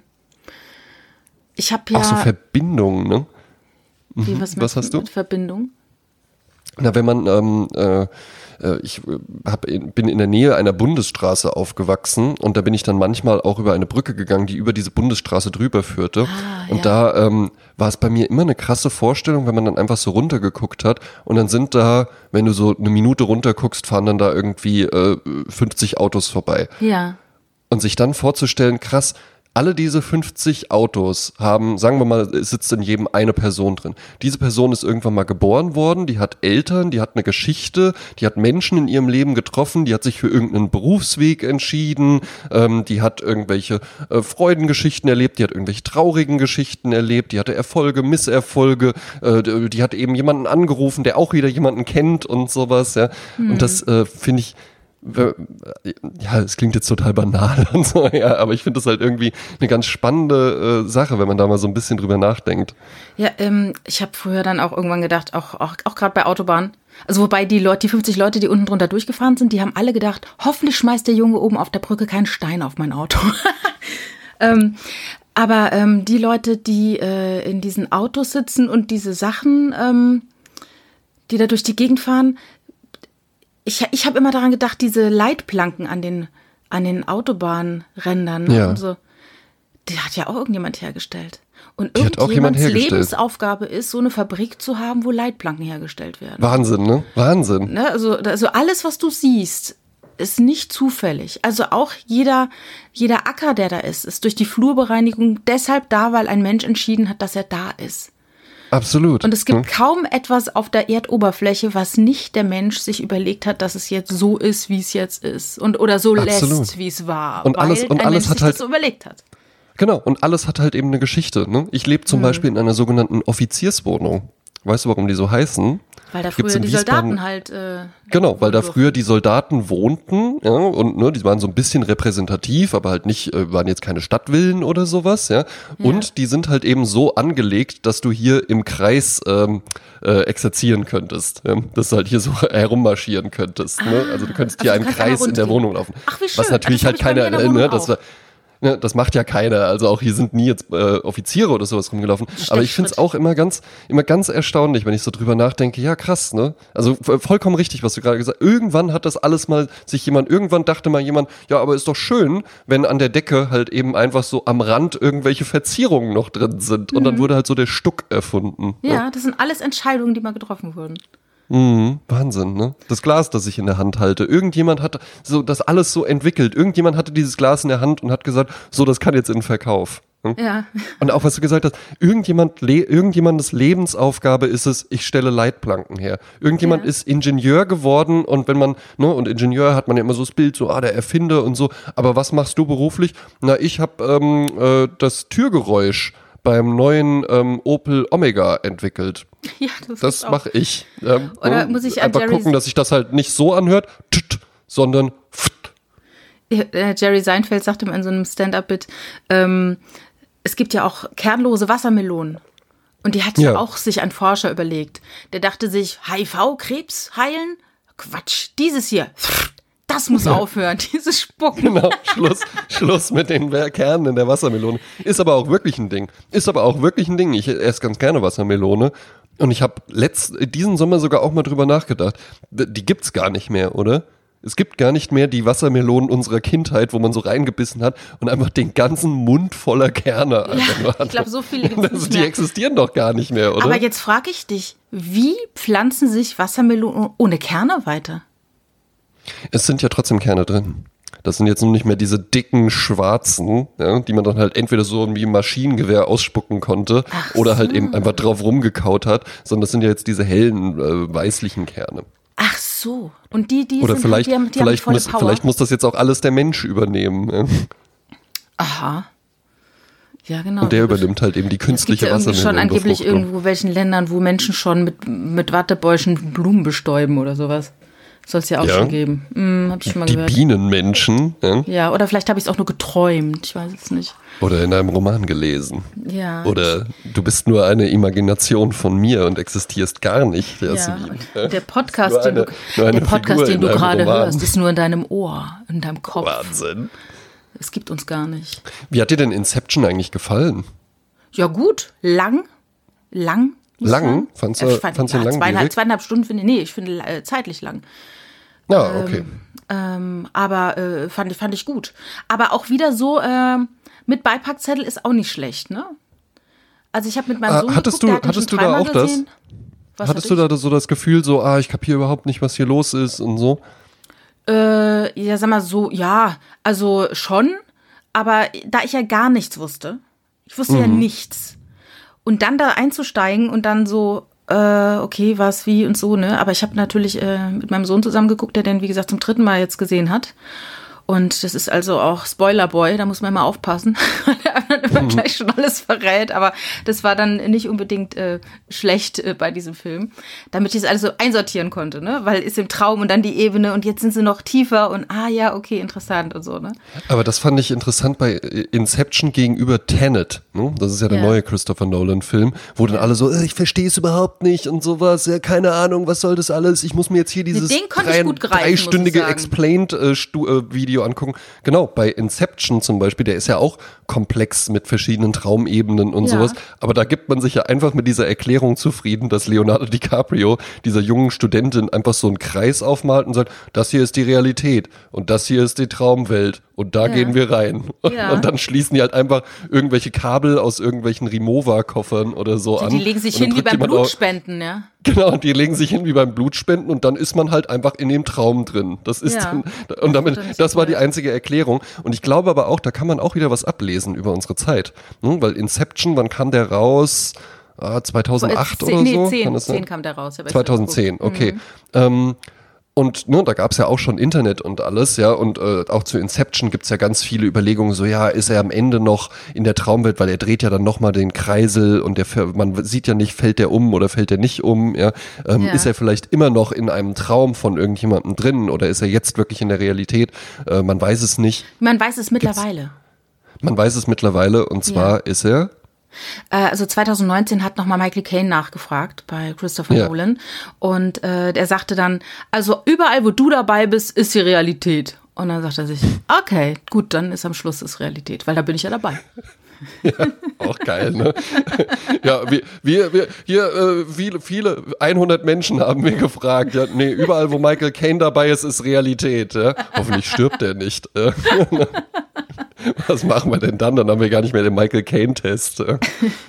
S1: Ich habe ja...
S2: Auch so Verbindungen, ne?
S1: Wie,
S2: Mhm.
S1: was,
S2: was hast du?
S1: Mit Verbindung?
S2: Na, wenn man, ähm, äh, ich hab, bin in der Nähe einer Bundesstraße aufgewachsen und da bin ich dann manchmal auch über eine Brücke gegangen, die über diese Bundesstraße drüber führte.
S1: Ah,
S2: und
S1: ja.
S2: da ähm, war es bei mir immer eine krasse Vorstellung, wenn man dann einfach so runtergeguckt hat und dann sind da, wenn du so eine Minute runterguckst, fahren dann da irgendwie äh, fünfzig Autos vorbei.
S1: Ja.
S2: Und sich dann vorzustellen, krass, alle diese fünfzig Autos haben, sagen wir mal, es sitzt in jedem eine Person drin. Diese Person ist irgendwann mal geboren worden, die hat Eltern, die hat eine Geschichte, die hat Menschen in ihrem Leben getroffen, die hat sich für irgendeinen Berufsweg entschieden, ähm, die hat irgendwelche äh, Freudengeschichten erlebt, die hat irgendwelche traurigen Geschichten erlebt, die hatte Erfolge, Misserfolge, äh, die hat eben jemanden angerufen, der auch wieder jemanden kennt und sowas. Ja. Mhm. Und das äh, finde ich... Ja, es klingt jetzt total banal und so, ja, aber ich finde das halt irgendwie eine ganz spannende äh, Sache, wenn man da mal so ein bisschen drüber nachdenkt.
S1: Ja, ähm, ich habe früher dann auch irgendwann gedacht, auch, auch, auch gerade bei Autobahnen, also wobei die Leute, die fünfzig Leute, die unten drunter durchgefahren sind, die haben alle gedacht, hoffentlich schmeißt der Junge oben auf der Brücke keinen Stein auf mein Auto. ähm, aber ähm, die Leute, die äh, in diesen Autos sitzen und diese Sachen, ähm, die da durch die Gegend fahren, Ich, ich habe immer daran gedacht, diese Leitplanken an den, an den Autobahnrändern ne,
S2: ja.
S1: und so, die hat ja auch irgendjemand hergestellt. Und
S2: die hat auch jemand
S1: irgendjemands
S2: hergestellt.
S1: Lebensaufgabe ist, so eine Fabrik zu haben, wo Leitplanken hergestellt werden.
S2: Wahnsinn, ne? Wahnsinn.
S1: Ne, also, also alles, was du siehst, ist nicht zufällig. Also auch jeder, jeder Acker, der da ist, ist durch die Flurbereinigung deshalb da, weil ein Mensch entschieden hat, dass er da ist.
S2: Absolut.
S1: Und es gibt
S2: hm.
S1: kaum etwas auf der Erdoberfläche, was nicht der Mensch sich überlegt hat, dass es jetzt so ist, wie es jetzt ist. Und, oder so
S2: Absolut.
S1: lässt, wie es war.
S2: Und
S1: weil
S2: alles, und
S1: ein
S2: alles
S1: Mensch
S2: hat
S1: sich
S2: halt,
S1: das so überlegt hat.
S2: Genau, und alles hat halt eben eine Geschichte. Ne? Ich lebe zum hm. Beispiel in einer sogenannten Offizierswohnung. Weißt du, warum die so heißen?
S1: Weil da früher die Soldaten halt... Äh,
S2: genau, weil da früher die Soldaten wohnten, ja, und ne, die waren so ein bisschen repräsentativ, aber halt nicht, äh, waren jetzt keine Stadtvillen oder sowas, ja. Und ja. die sind halt eben so angelegt, dass du hier im Kreis ähm, äh, exerzieren könntest. Ja? Dass du halt hier so herummarschieren könntest. Ah, ne? Also du könntest hier also einen Kreis in der Wohnung laufen.
S1: Ach, wie schön.
S2: Was natürlich
S1: also,
S2: halt keiner, äh, ne, das war... Ja, das macht ja keiner, also auch hier sind nie jetzt äh, Offiziere oder sowas rumgelaufen, aber ich finde es auch immer ganz immer ganz erstaunlich, wenn ich so drüber nachdenke, ja krass, ne? Also vollkommen richtig, was du gerade gesagt hast, irgendwann hat das alles mal sich jemand, irgendwann dachte mal jemand, ja, aber ist doch schön, wenn an der Decke halt eben einfach so am Rand irgendwelche Verzierungen noch drin sind und mhm. dann wurde halt so der Stuck erfunden.
S1: Ja,
S2: ja,
S1: das sind alles Entscheidungen, die mal getroffen wurden.
S2: Mhm, Wahnsinn, ne? Das Glas, das ich in der Hand halte. Irgendjemand hat so das alles so entwickelt. Irgendjemand hatte dieses Glas in der Hand und hat gesagt, so, das kann jetzt in den Verkauf. Hm?
S1: Ja.
S2: Und auch was du gesagt hast, irgendjemand, le- irgendjemandes Lebensaufgabe ist es, ich stelle Leitplanken her. Irgendjemand ja. ist Ingenieur geworden und wenn man, ne, und Ingenieur hat man ja immer so das Bild, so, ah, der Erfinder und so. Aber was machst du beruflich? Na, ich habe ähm, äh, das Türgeräusch beim neuen ähm, Opel Omega entwickelt.
S1: Ja, das
S2: das mache ich. Ähm,
S1: Oder muss ich an
S2: einfach
S1: Jerry's
S2: gucken, dass sich das halt nicht so anhört, tut, sondern pft.
S1: Jerry Seinfeld sagte immer in so einem Stand-up-Bit, ähm, es gibt ja auch kernlose Wassermelonen. Und die hat ja auch sich ein Forscher überlegt. Der dachte sich, H I V, Krebs heilen? Quatsch, dieses hier. Das muss ja. aufhören, dieses Spucken.
S2: Genau, Schluss, Schluss mit den Kernen in der Wassermelone. Ist aber auch wirklich ein Ding. Ist aber auch wirklich ein Ding. Ich esse ganz gerne Wassermelone. Und ich habe diesen Sommer sogar auch mal drüber nachgedacht. Die gibt's gar nicht mehr, oder? Es gibt gar nicht mehr die Wassermelonen unserer Kindheit, wo man so reingebissen hat und einfach den ganzen Mund voller Kerne einfach
S1: ja, Ich glaube, so viele gibt es nicht
S2: Die
S1: mehr.
S2: existieren doch gar nicht mehr, oder?
S1: Aber jetzt frage ich dich, wie pflanzen sich Wassermelonen ohne Kerne weiter?
S2: Es sind ja trotzdem Kerne drin. Das sind jetzt nur nicht mehr diese dicken, schwarzen, ja, die man dann halt entweder so wie ein Maschinengewehr ausspucken konnte Ach oder so. halt eben einfach drauf rumgekaut hat, sondern das sind ja jetzt diese hellen, äh, weißlichen Kerne.
S1: Ach so. Und die, die
S2: oder
S1: sind
S2: vielleicht,
S1: die haben, die
S2: vielleicht,
S1: haben
S2: muss, vielleicht muss das jetzt auch alles der Mensch übernehmen. Ja.
S1: Aha. Ja, genau.
S2: Und der übernimmt halt eben die künstliche
S1: Wassermelone. Es gibt ja schon angeblich
S2: Befruchtung.
S1: irgendwo welchen Ländern, wo Menschen schon mit, mit Wattebäuschen Blumen bestäuben oder sowas. Soll es ja auch ja. schon geben. Hm, hab ich schon mal
S2: die
S1: gehört.
S2: Bienenmenschen. Ja,
S1: ja oder vielleicht habe ich es auch nur geträumt. Ich weiß es nicht.
S2: Oder in einem Roman gelesen.
S1: Ja.
S2: Oder du bist nur eine Imagination von mir und existierst gar nicht.
S1: Ja. Ja. Der Podcast, eine, den du, der Podcast, den du gerade hörst, ist nur in deinem Ohr, in deinem Kopf.
S2: Wahnsinn.
S1: Es gibt uns gar nicht.
S2: Wie hat dir denn Inception eigentlich gefallen?
S1: Ja gut, lang. Lang.
S2: Lang? Fandst du,
S1: ich fand,
S2: fandst
S1: ja,
S2: du langwierig?
S1: Zweieinhalb, zweieinhalb Stunden finde ich, nee, ich finde äh, zeitlich lang.
S2: Ja, okay.
S1: Ähm, ähm, aber äh, fand, fand ich gut. Aber auch wieder so, äh, mit Beipackzettel ist auch nicht schlecht, ne? Also ich habe mit meinem Sohn
S2: ah, hattest
S1: geguckt,
S2: du, hattest du da auch gesehen. das? Was hattest du da so das Gefühl, so, ah, ich kapiere überhaupt nicht, was hier los ist und so?
S1: Äh, ja, sag mal so, ja, also schon, aber da ich ja gar nichts wusste, ich wusste mhm. ja nichts. Und dann da einzusteigen und dann so, äh, okay, was, wie und so, ne? Aber ich habe natürlich äh, mit meinem Sohn zusammen geguckt, der den, wie gesagt, zum dritten Mal jetzt gesehen hat. Und das ist also auch Spoilerboy, da muss man immer aufpassen, weil er immer mhm. gleich schon alles verrät. Aber das war dann nicht unbedingt äh, schlecht äh, bei diesem Film, damit ich es alles so einsortieren konnte, ne? Weil ist im Traum und dann die Ebene und jetzt sind sie noch tiefer und ah ja, okay, interessant und so, ne?
S2: Aber das fand ich interessant bei Inception gegenüber Tenet, ne? Das ist ja der ja. neue Christopher Nolan-Film, wo dann alle so, ich verstehe es überhaupt nicht und sowas, ja, keine Ahnung, was soll das alles? Ich muss mir jetzt hier dieses drei,
S1: greifen,
S2: dreistündige Explained-Video äh, angucken. Genau, bei Inception zum Beispiel, der ist ja auch komplex mit verschiedenen Traumebenen und ja. sowas, aber da gibt man sich ja einfach mit dieser Erklärung zufrieden, dass Leonardo DiCaprio dieser jungen Studentin einfach so einen Kreis aufmalt und sagt, das hier ist die Realität und das hier ist die Traumwelt und da ja. gehen wir rein. Ja. Und dann schließen die halt einfach irgendwelche Kabel aus irgendwelchen Rimowa-Koffern oder so
S1: die,
S2: an.
S1: Die legen sich hin wie beim Blutspenden, ja.
S2: Genau, die legen sich hin wie beim Blutspenden und dann ist man halt einfach in dem Traum drin. Das ist
S1: ja.
S2: dann, und damit, das war die einzige Erklärung. Und ich glaube aber auch, da kann man auch wieder was ablesen über unsere Zeit. Hm, weil Inception, wann kam der raus? Ah, zweitausendacht
S1: zehn,
S2: oder
S1: nee,
S2: so?
S1: zehn, zehn kam der raus.
S2: zweitausendzehn, okay.
S1: Mhm.
S2: Ähm, Und ne, da gab es ja auch schon Internet und alles, ja, und äh, auch zu Inception gibt's ja ganz viele Überlegungen, so ja, ist er am Ende noch in der Traumwelt, weil er dreht ja dann nochmal den Kreisel und der man sieht ja nicht, fällt der um oder fällt der nicht um, ja? Ähm, ja. Ist er vielleicht immer noch in einem Traum von irgendjemandem drin oder ist er jetzt wirklich in der Realität? Äh, man weiß es nicht.
S1: Man weiß es mittlerweile.
S2: Gibt's, man weiß es mittlerweile und zwar ja. ist er...
S1: Also zweitausendneunzehn hat nochmal Michael Caine nachgefragt bei Christopher ja. Nolan und äh, der sagte dann, also überall, wo du dabei bist, ist die Realität. Und dann sagt er sich, okay, gut, dann ist am Schluss das Realität, weil da bin ich ja dabei.
S2: Ja, auch geil, ne? Ja, wir, wir, wir hier äh, viele, viele, hundert Menschen haben wir gefragt. Ja, nee, überall, wo Michael Caine dabei ist, ist Realität. Ja? Hoffentlich stirbt er nicht. Äh. Was machen wir denn dann? Dann haben wir gar nicht mehr den Michael Caine-Test. Ja?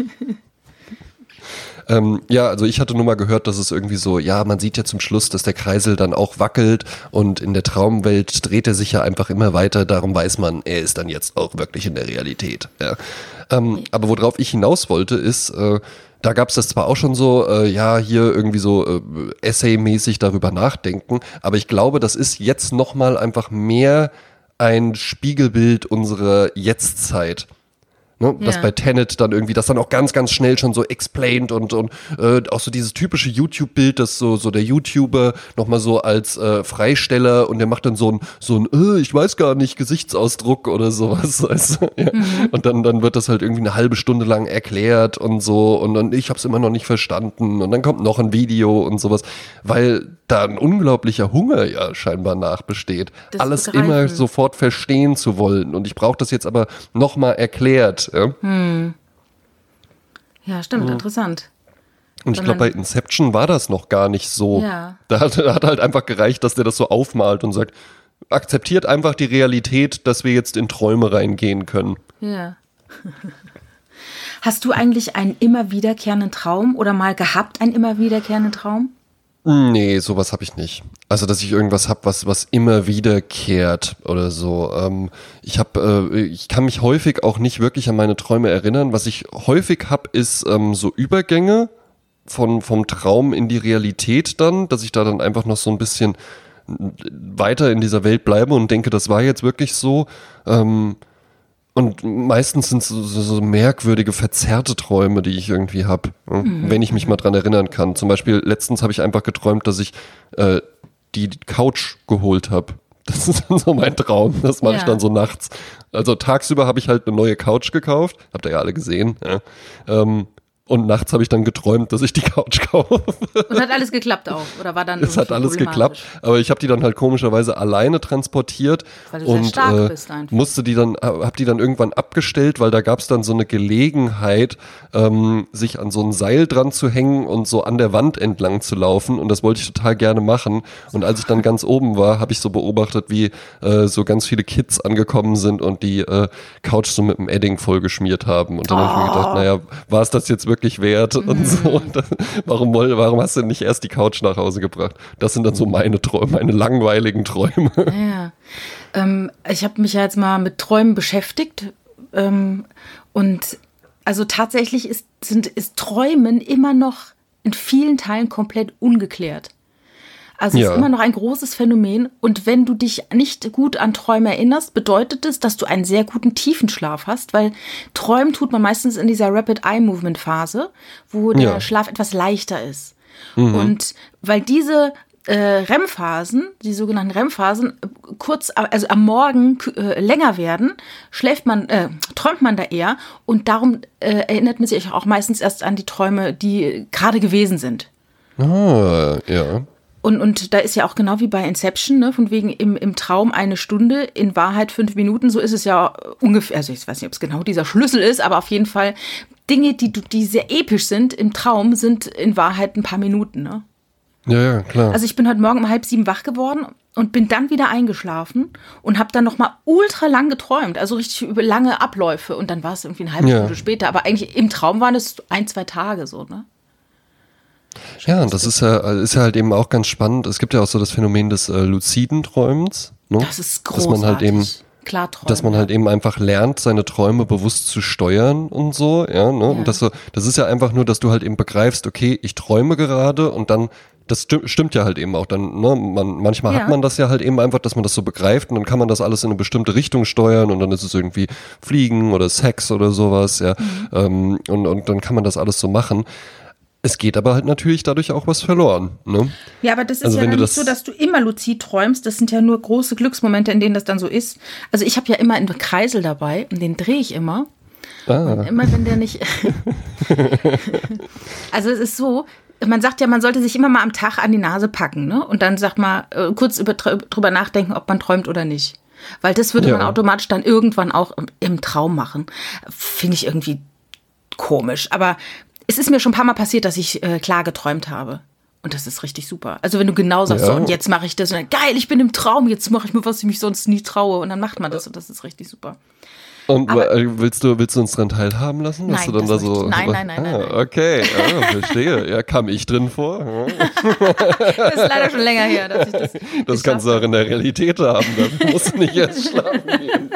S2: Ähm, ja, also ich hatte nur mal gehört, dass es irgendwie so, ja, man sieht ja zum Schluss, dass der Kreisel dann auch wackelt und in der Traumwelt dreht er sich ja einfach immer weiter, darum weiß man, er ist dann jetzt auch wirklich in der Realität. Ja. Ähm, aber worauf ich hinaus wollte, ist, äh, da gab es das zwar auch schon so, äh, ja, hier irgendwie so äh, Essay-mäßig darüber nachdenken, aber ich glaube, das ist jetzt nochmal einfach mehr ein Spiegelbild unserer Jetztzeit. Ne, ja. Dass bei Tenet dann irgendwie, das dann auch ganz, ganz schnell schon so explained und, und äh, auch so dieses typische YouTube-Bild, das so, so der YouTuber nochmal so als äh, Freisteller und der macht dann so ein, so ein, äh, ich weiß gar nicht, Gesichtsausdruck oder sowas. Also, ja. mhm. Und dann, dann wird das halt irgendwie eine halbe Stunde lang erklärt und so und dann, ich hab's immer noch nicht verstanden und dann kommt noch ein Video und sowas, weil da ein unglaublicher Hunger ja scheinbar nachbesteht, das alles immer sofort verstehen zu wollen und ich brauche das jetzt aber nochmal erklärt. Ja,
S1: hm. ja stimmt, hm. interessant.
S2: Und ich glaube, bei Inception war das noch gar nicht so.
S1: Ja.
S2: Da hat, da hat halt einfach gereicht, dass der das so aufmalt und sagt, akzeptiert einfach die Realität, dass wir jetzt in Träume reingehen können.
S1: Ja. Hast du eigentlich einen immer wiederkehrenden Traum oder mal gehabt einen immer wiederkehrenden Traum?
S2: Nee, sowas habe ich nicht. Also, dass ich irgendwas habe, was was immer wiederkehrt oder so. Ähm, ich habe, äh, ich kann mich häufig auch nicht wirklich an meine Träume erinnern. Was ich häufig habe, ist ähm, so Übergänge von vom Traum in die Realität dann, dass ich da dann einfach noch so ein bisschen weiter in dieser Welt bleibe und denke, das war jetzt wirklich so. Ähm, Und meistens sind es so, so, so merkwürdige, verzerrte Träume, die ich irgendwie habe, ne? mhm. wenn ich mich mal dran erinnern kann. Zum Beispiel letztens habe ich einfach geträumt, dass ich äh, die Couch geholt habe. Das ist dann so mein Traum. Das mache ja. ich dann so nachts. Also tagsüber habe ich halt eine neue Couch gekauft. Habt ihr ja alle gesehen. Ja. Ähm, Und nachts habe ich dann geträumt, dass ich die Couch kaufe.
S1: Und hat alles geklappt auch? Oder war dann
S2: Es hat alles geklappt, aber ich habe die dann halt komischerweise alleine transportiert. Weil du und sehr stark äh, bist einfach. musste die dann, hab die dann irgendwann abgestellt, weil da gab es dann so eine Gelegenheit, ähm, sich an so ein Seil dran zu hängen und so an der Wand entlang zu laufen. Und das wollte ich total gerne machen. Und als ich dann ganz oben war, habe ich so beobachtet, wie äh, so ganz viele Kids angekommen sind und die äh, Couch so mit dem Edding vollgeschmiert haben. Und dann oh. habe ich mir gedacht, naja, war es das jetzt wirklich wirklich wert und so. Und das, warum, warum hast du nicht erst die Couch nach Hause gebracht? Das sind dann so meine Träume, meine langweiligen Träume.
S1: Ja, ähm, ich habe mich ja jetzt mal mit Träumen beschäftigt ähm, und also tatsächlich ist, sind, ist Träumen immer noch in vielen Teilen komplett ungeklärt. Also es ja. ist immer noch ein großes Phänomen. Und wenn du dich nicht gut an Träume erinnerst, bedeutet es, dass du einen sehr guten Tiefenschlaf hast, weil träumen tut man meistens in dieser Rapid Eye Movement Phase, wo der ja. Schlaf etwas leichter ist. Mhm. Und weil diese äh, R E M-Phasen, die sogenannten R E M-Phasen, kurz, also am Morgen äh, länger werden, schläft man, äh, träumt man da eher. Und darum äh, erinnert man sich auch meistens erst an die Träume, die gerade gewesen sind.
S2: Ah, ja.
S1: Und, und da ist ja auch genau wie bei Inception, ne, von wegen im, im Traum eine Stunde, in Wahrheit fünf Minuten, so ist es ja ungefähr, also ich weiß nicht, ob es genau dieser Schlüssel ist, aber auf jeden Fall Dinge, die, die sehr episch sind im Traum, sind in Wahrheit ein paar Minuten, ne?
S2: Ja, ja, klar.
S1: Also ich bin heute Morgen um halb sieben wach geworden und bin dann wieder eingeschlafen und habe dann nochmal ultra lang geträumt, also richtig über lange Abläufe und dann war es irgendwie eine halbe ja. Stunde später, aber eigentlich im Traum waren es ein, zwei Tage so, ne?
S2: Ja, und das ist ja, ist ja halt eben auch ganz spannend. Es gibt ja auch so das Phänomen des äh, luziden Träumens. Ne?
S1: Das ist großartig.
S2: Dass man halt eben,
S1: Klarträumen,
S2: dass man halt eben einfach lernt, seine Träume bewusst zu steuern und so. Ja, ne? Ja. Und das so, das ist ja einfach nur, dass du halt eben begreifst, okay, ich träume gerade und dann, das stimmt, stimmt ja halt eben auch. Dann, ne, man, manchmal ja. hat man das ja halt eben einfach, dass man das so begreift und dann kann man das alles in eine bestimmte Richtung steuern und dann ist es irgendwie Fliegen oder Sex oder sowas. Ja, mhm. ähm, und und dann kann man das alles so machen. Es geht aber halt natürlich dadurch auch was verloren. Ne?
S1: Ja, aber das ist
S2: also
S1: ja nicht
S2: das
S1: so, dass du immer luzid träumst. Das sind ja nur große Glücksmomente, in denen das dann so ist. Also ich habe ja immer einen Kreisel dabei und den drehe ich immer. Ah. Und immer wenn der nicht... Also es ist so, man sagt ja, man sollte sich immer mal am Tag an die Nase packen, ne? Und dann sagt mal äh, kurz über, drüber nachdenken, ob man träumt oder nicht. Weil das würde ja. man automatisch dann irgendwann auch im, im Traum machen. Finde ich irgendwie komisch. Aber es ist mir schon ein paar Mal passiert, dass ich äh, klar geträumt habe. Und das ist richtig super. Also wenn du genau sagst, ja. so, und jetzt mache ich das. Und dann, geil, ich bin im Traum. Jetzt mache ich mir, was ich mich sonst nie traue. Und dann macht man das. Und das ist richtig super.
S2: Und aber, willst du willst du uns dran teilhaben lassen?
S1: Nein,
S2: du dann da so,
S1: nein, nein, nein,
S2: ah,
S1: nein.
S2: Okay, ah, verstehe. Ja, kam ich drin vor?
S1: Das ist leider schon länger her, dass ich das
S2: Das kannst du auch in der Realität haben. Dafür musst du nicht erst schlafen gehen.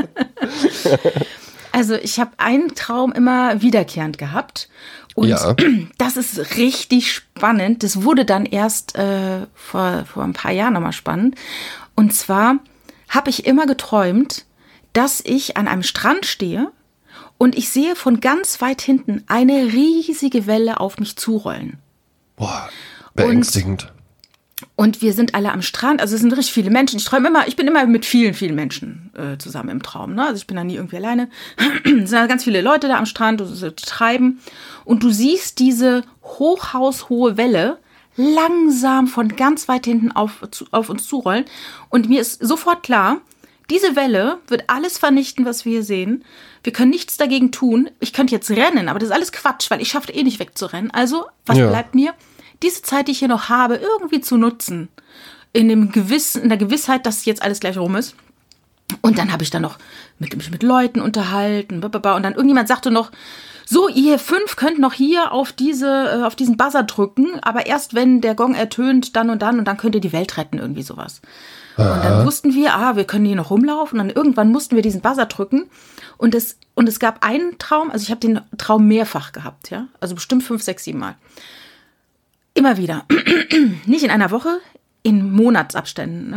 S1: Also ich habe einen Traum immer wiederkehrend gehabt. Und ja. das ist richtig spannend. Das wurde dann erst äh, vor, vor ein paar Jahren nochmal spannend. Und zwar habe ich immer geträumt, dass ich an einem Strand stehe und ich sehe von ganz weit hinten eine riesige Welle auf mich zurollen.
S2: Boah, beängstigend.
S1: Und, und wir sind alle am Strand, also es sind richtig viele Menschen. Ich träume immer, ich bin immer mit vielen, vielen Menschen äh, zusammen im Traum. Ne? Also ich bin da nie irgendwie alleine. Es sind ganz viele Leute da am Strand, die so treiben. Und du siehst diese hochhaushohe Welle langsam von ganz weit hinten auf, zu, auf uns zurollen. Und mir ist sofort klar, diese Welle wird alles vernichten, was wir hier sehen. Wir können nichts dagegen tun. Ich könnte jetzt rennen, aber das ist alles Quatsch, weil ich schaffe eh nicht wegzurennen. Also, was ja. bleibt mir? Diese Zeit, die ich hier noch habe, irgendwie zu nutzen. In, dem Gewiss, in der Gewissheit, dass jetzt alles gleich rum ist. Und dann habe ich dann noch mit, mich mit Leuten unterhalten. Und dann irgendjemand sagte noch, so, ihr fünf könnt noch hier auf, diese, auf diesen Buzzer drücken, aber erst wenn der Gong ertönt, dann und dann, und dann könnt ihr die Welt retten, irgendwie sowas. Aha. Und dann wussten wir, ah, wir können hier noch rumlaufen. Und dann irgendwann mussten wir diesen Buzzer drücken. Und es, und es gab einen Traum, also ich habe den Traum mehrfach gehabt, ja, also bestimmt fünf, sechs, sieben Mal. Immer wieder. Nicht in einer Woche, in Monatsabständen, ne?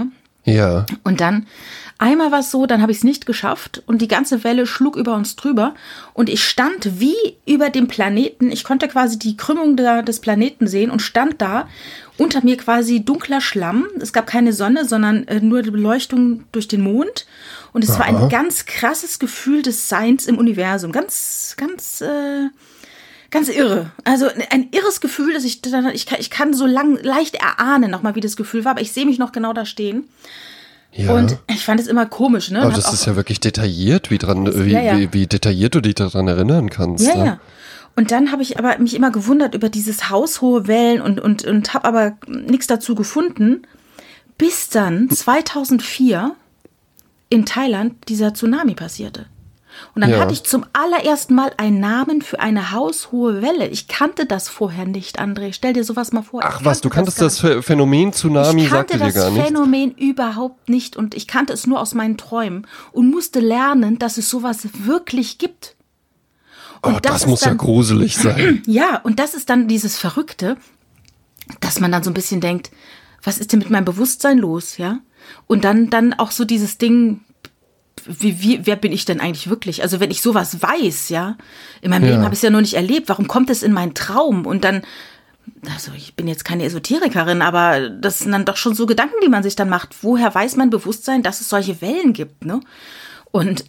S2: Ja.
S1: Und dann, einmal war es so, dann habe ich es nicht geschafft und die ganze Welle schlug über uns drüber und ich stand wie über dem Planeten. Ich konnte quasi die Krümmung der, des Planeten sehen und stand da, unter mir quasi dunkler Schlamm. Es gab keine Sonne, sondern äh, nur die Beleuchtung durch den Mond. Und es Aha. war ein ganz krasses Gefühl des Seins im Universum. Ganz, ganz, äh, ganz irre. Also ein irres Gefühl, dass ich, ich kann, ich kann so lang, leicht erahnen nochmal, wie das Gefühl war, aber ich sehe mich noch genau da stehen. Ja. Und ich fand es immer komisch, ne?
S2: Aber das ist ja wirklich detailliert, wie, dran, wie, ja, ja. Wie, wie detailliert du dich daran erinnern kannst.
S1: Ja,
S2: ne?
S1: ja. Und dann habe ich aber mich immer gewundert über dieses haushohe Wellen und, und, und habe aber nichts dazu gefunden, bis dann zweitausendvier in Thailand dieser Tsunami passierte. Und dann ja. hatte ich zum allerersten Mal einen Namen für eine haushohe Welle. Ich kannte das vorher nicht, André. Stell dir sowas mal vor.
S2: Ach was, du kanntest das, das Phänomen Tsunami, sagte dir gar nicht?
S1: Ich kannte das Phänomen überhaupt nicht und ich kannte es nur aus meinen Träumen und musste lernen, dass es sowas wirklich gibt.
S2: Und oh, das, das muss dann, ja gruselig sein.
S1: Ja, und das ist dann dieses Verrückte, dass man dann so ein bisschen denkt, was ist denn mit meinem Bewusstsein los, ja? Und dann, dann auch so dieses Ding, wie, wie, wer bin ich denn eigentlich wirklich? Also wenn ich sowas weiß, ja, in meinem ja. Leben habe ich es ja noch nicht erlebt, warum kommt es in meinen Traum? Und dann, also ich bin jetzt keine Esoterikerin, aber das sind dann doch schon so Gedanken, die man sich dann macht. Woher weiß mein Bewusstsein, dass es solche Wellen gibt, ne? Und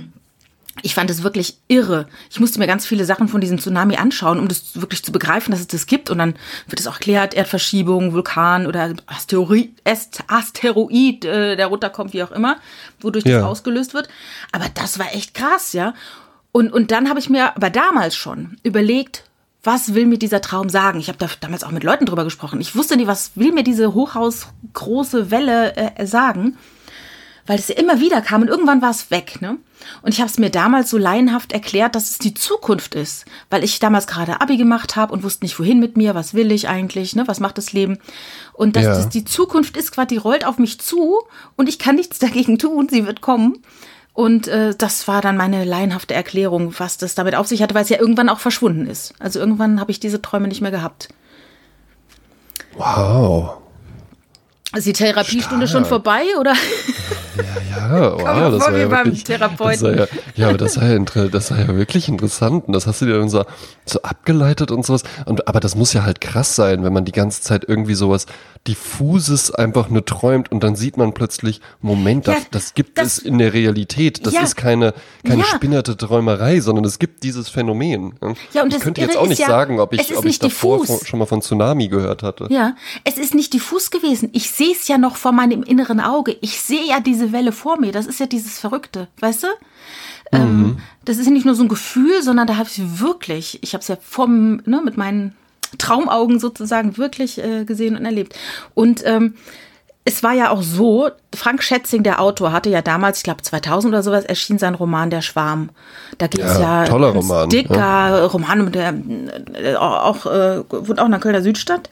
S1: ich fand es wirklich irre. Ich musste mir ganz viele Sachen von diesem Tsunami anschauen, um das wirklich zu begreifen, dass es das gibt. Und dann wird es auch erklärt, Erdverschiebung, Vulkan oder Asteroid, Asteroid äh, der runterkommt, wie auch immer, wodurch ja. das ausgelöst wird. Aber das war echt krass, ja. Und, und dann habe ich mir aber damals schon überlegt, was will mir dieser Traum sagen? Ich habe da damals auch mit Leuten drüber gesprochen. Ich wusste nicht, was will mir diese hochhausgroße Welle äh, sagen? Weil es ja immer wieder kam und irgendwann war es weg, ne? Und ich habe es mir damals so laienhaft erklärt, dass es die Zukunft ist, weil ich damals gerade Abi gemacht habe und wusste nicht, wohin mit mir, was will ich eigentlich, ne? Was macht das Leben? Und dass ja. das die Zukunft ist, quasi, die rollt auf mich zu und ich kann nichts dagegen tun, sie wird kommen. Und äh, das war dann meine laienhafte Erklärung, was das damit auf sich hatte, weil es ja irgendwann auch verschwunden ist. Also irgendwann habe ich diese Träume nicht mehr gehabt.
S2: Wow.
S1: Ist die Therapiestunde Stark. Schon vorbei, oder?
S2: Ja, ja, wow, das war ja wirklich,
S1: Therapeuten.
S2: Das war ja, ja, aber das war ja, das war ja wirklich interessant und das hast du dir dann so, so abgeleitet und sowas. Und, aber das muss ja halt krass sein, wenn man die ganze Zeit irgendwie sowas Diffuses einfach nur träumt und dann sieht man plötzlich, Moment, ja, das, das gibt das, es in der Realität. Das ja, ist keine, keine ja. spinnerte Träumerei, sondern es gibt dieses Phänomen.
S1: Ja, und
S2: ich könnte jetzt auch nicht ja, sagen, ob ich, ob ich davor diffus. schon mal von Tsunami gehört hatte.
S1: Ja, es ist nicht diffus gewesen. Ich sehe es ja noch vor meinem inneren Auge. Ich sehe ja diese Welle vor mir. Das ist ja dieses Verrückte, weißt du? Mhm. Ähm, das ist ja nicht nur so ein Gefühl, sondern da habe ich wirklich, ich habe es ja vom, ne, mit meinen Traumaugen sozusagen wirklich äh, gesehen und erlebt. Und ähm, es war ja auch so, Frank Schätzing, der Autor, hatte ja damals, ich glaube zweitausend oder sowas, erschien sein Roman Der Schwarm. Da geht es ja,
S2: ja toller Roman,
S1: dicker ja. Roman, der äh, auch äh, wohnt auch in der Kölner Südstadt.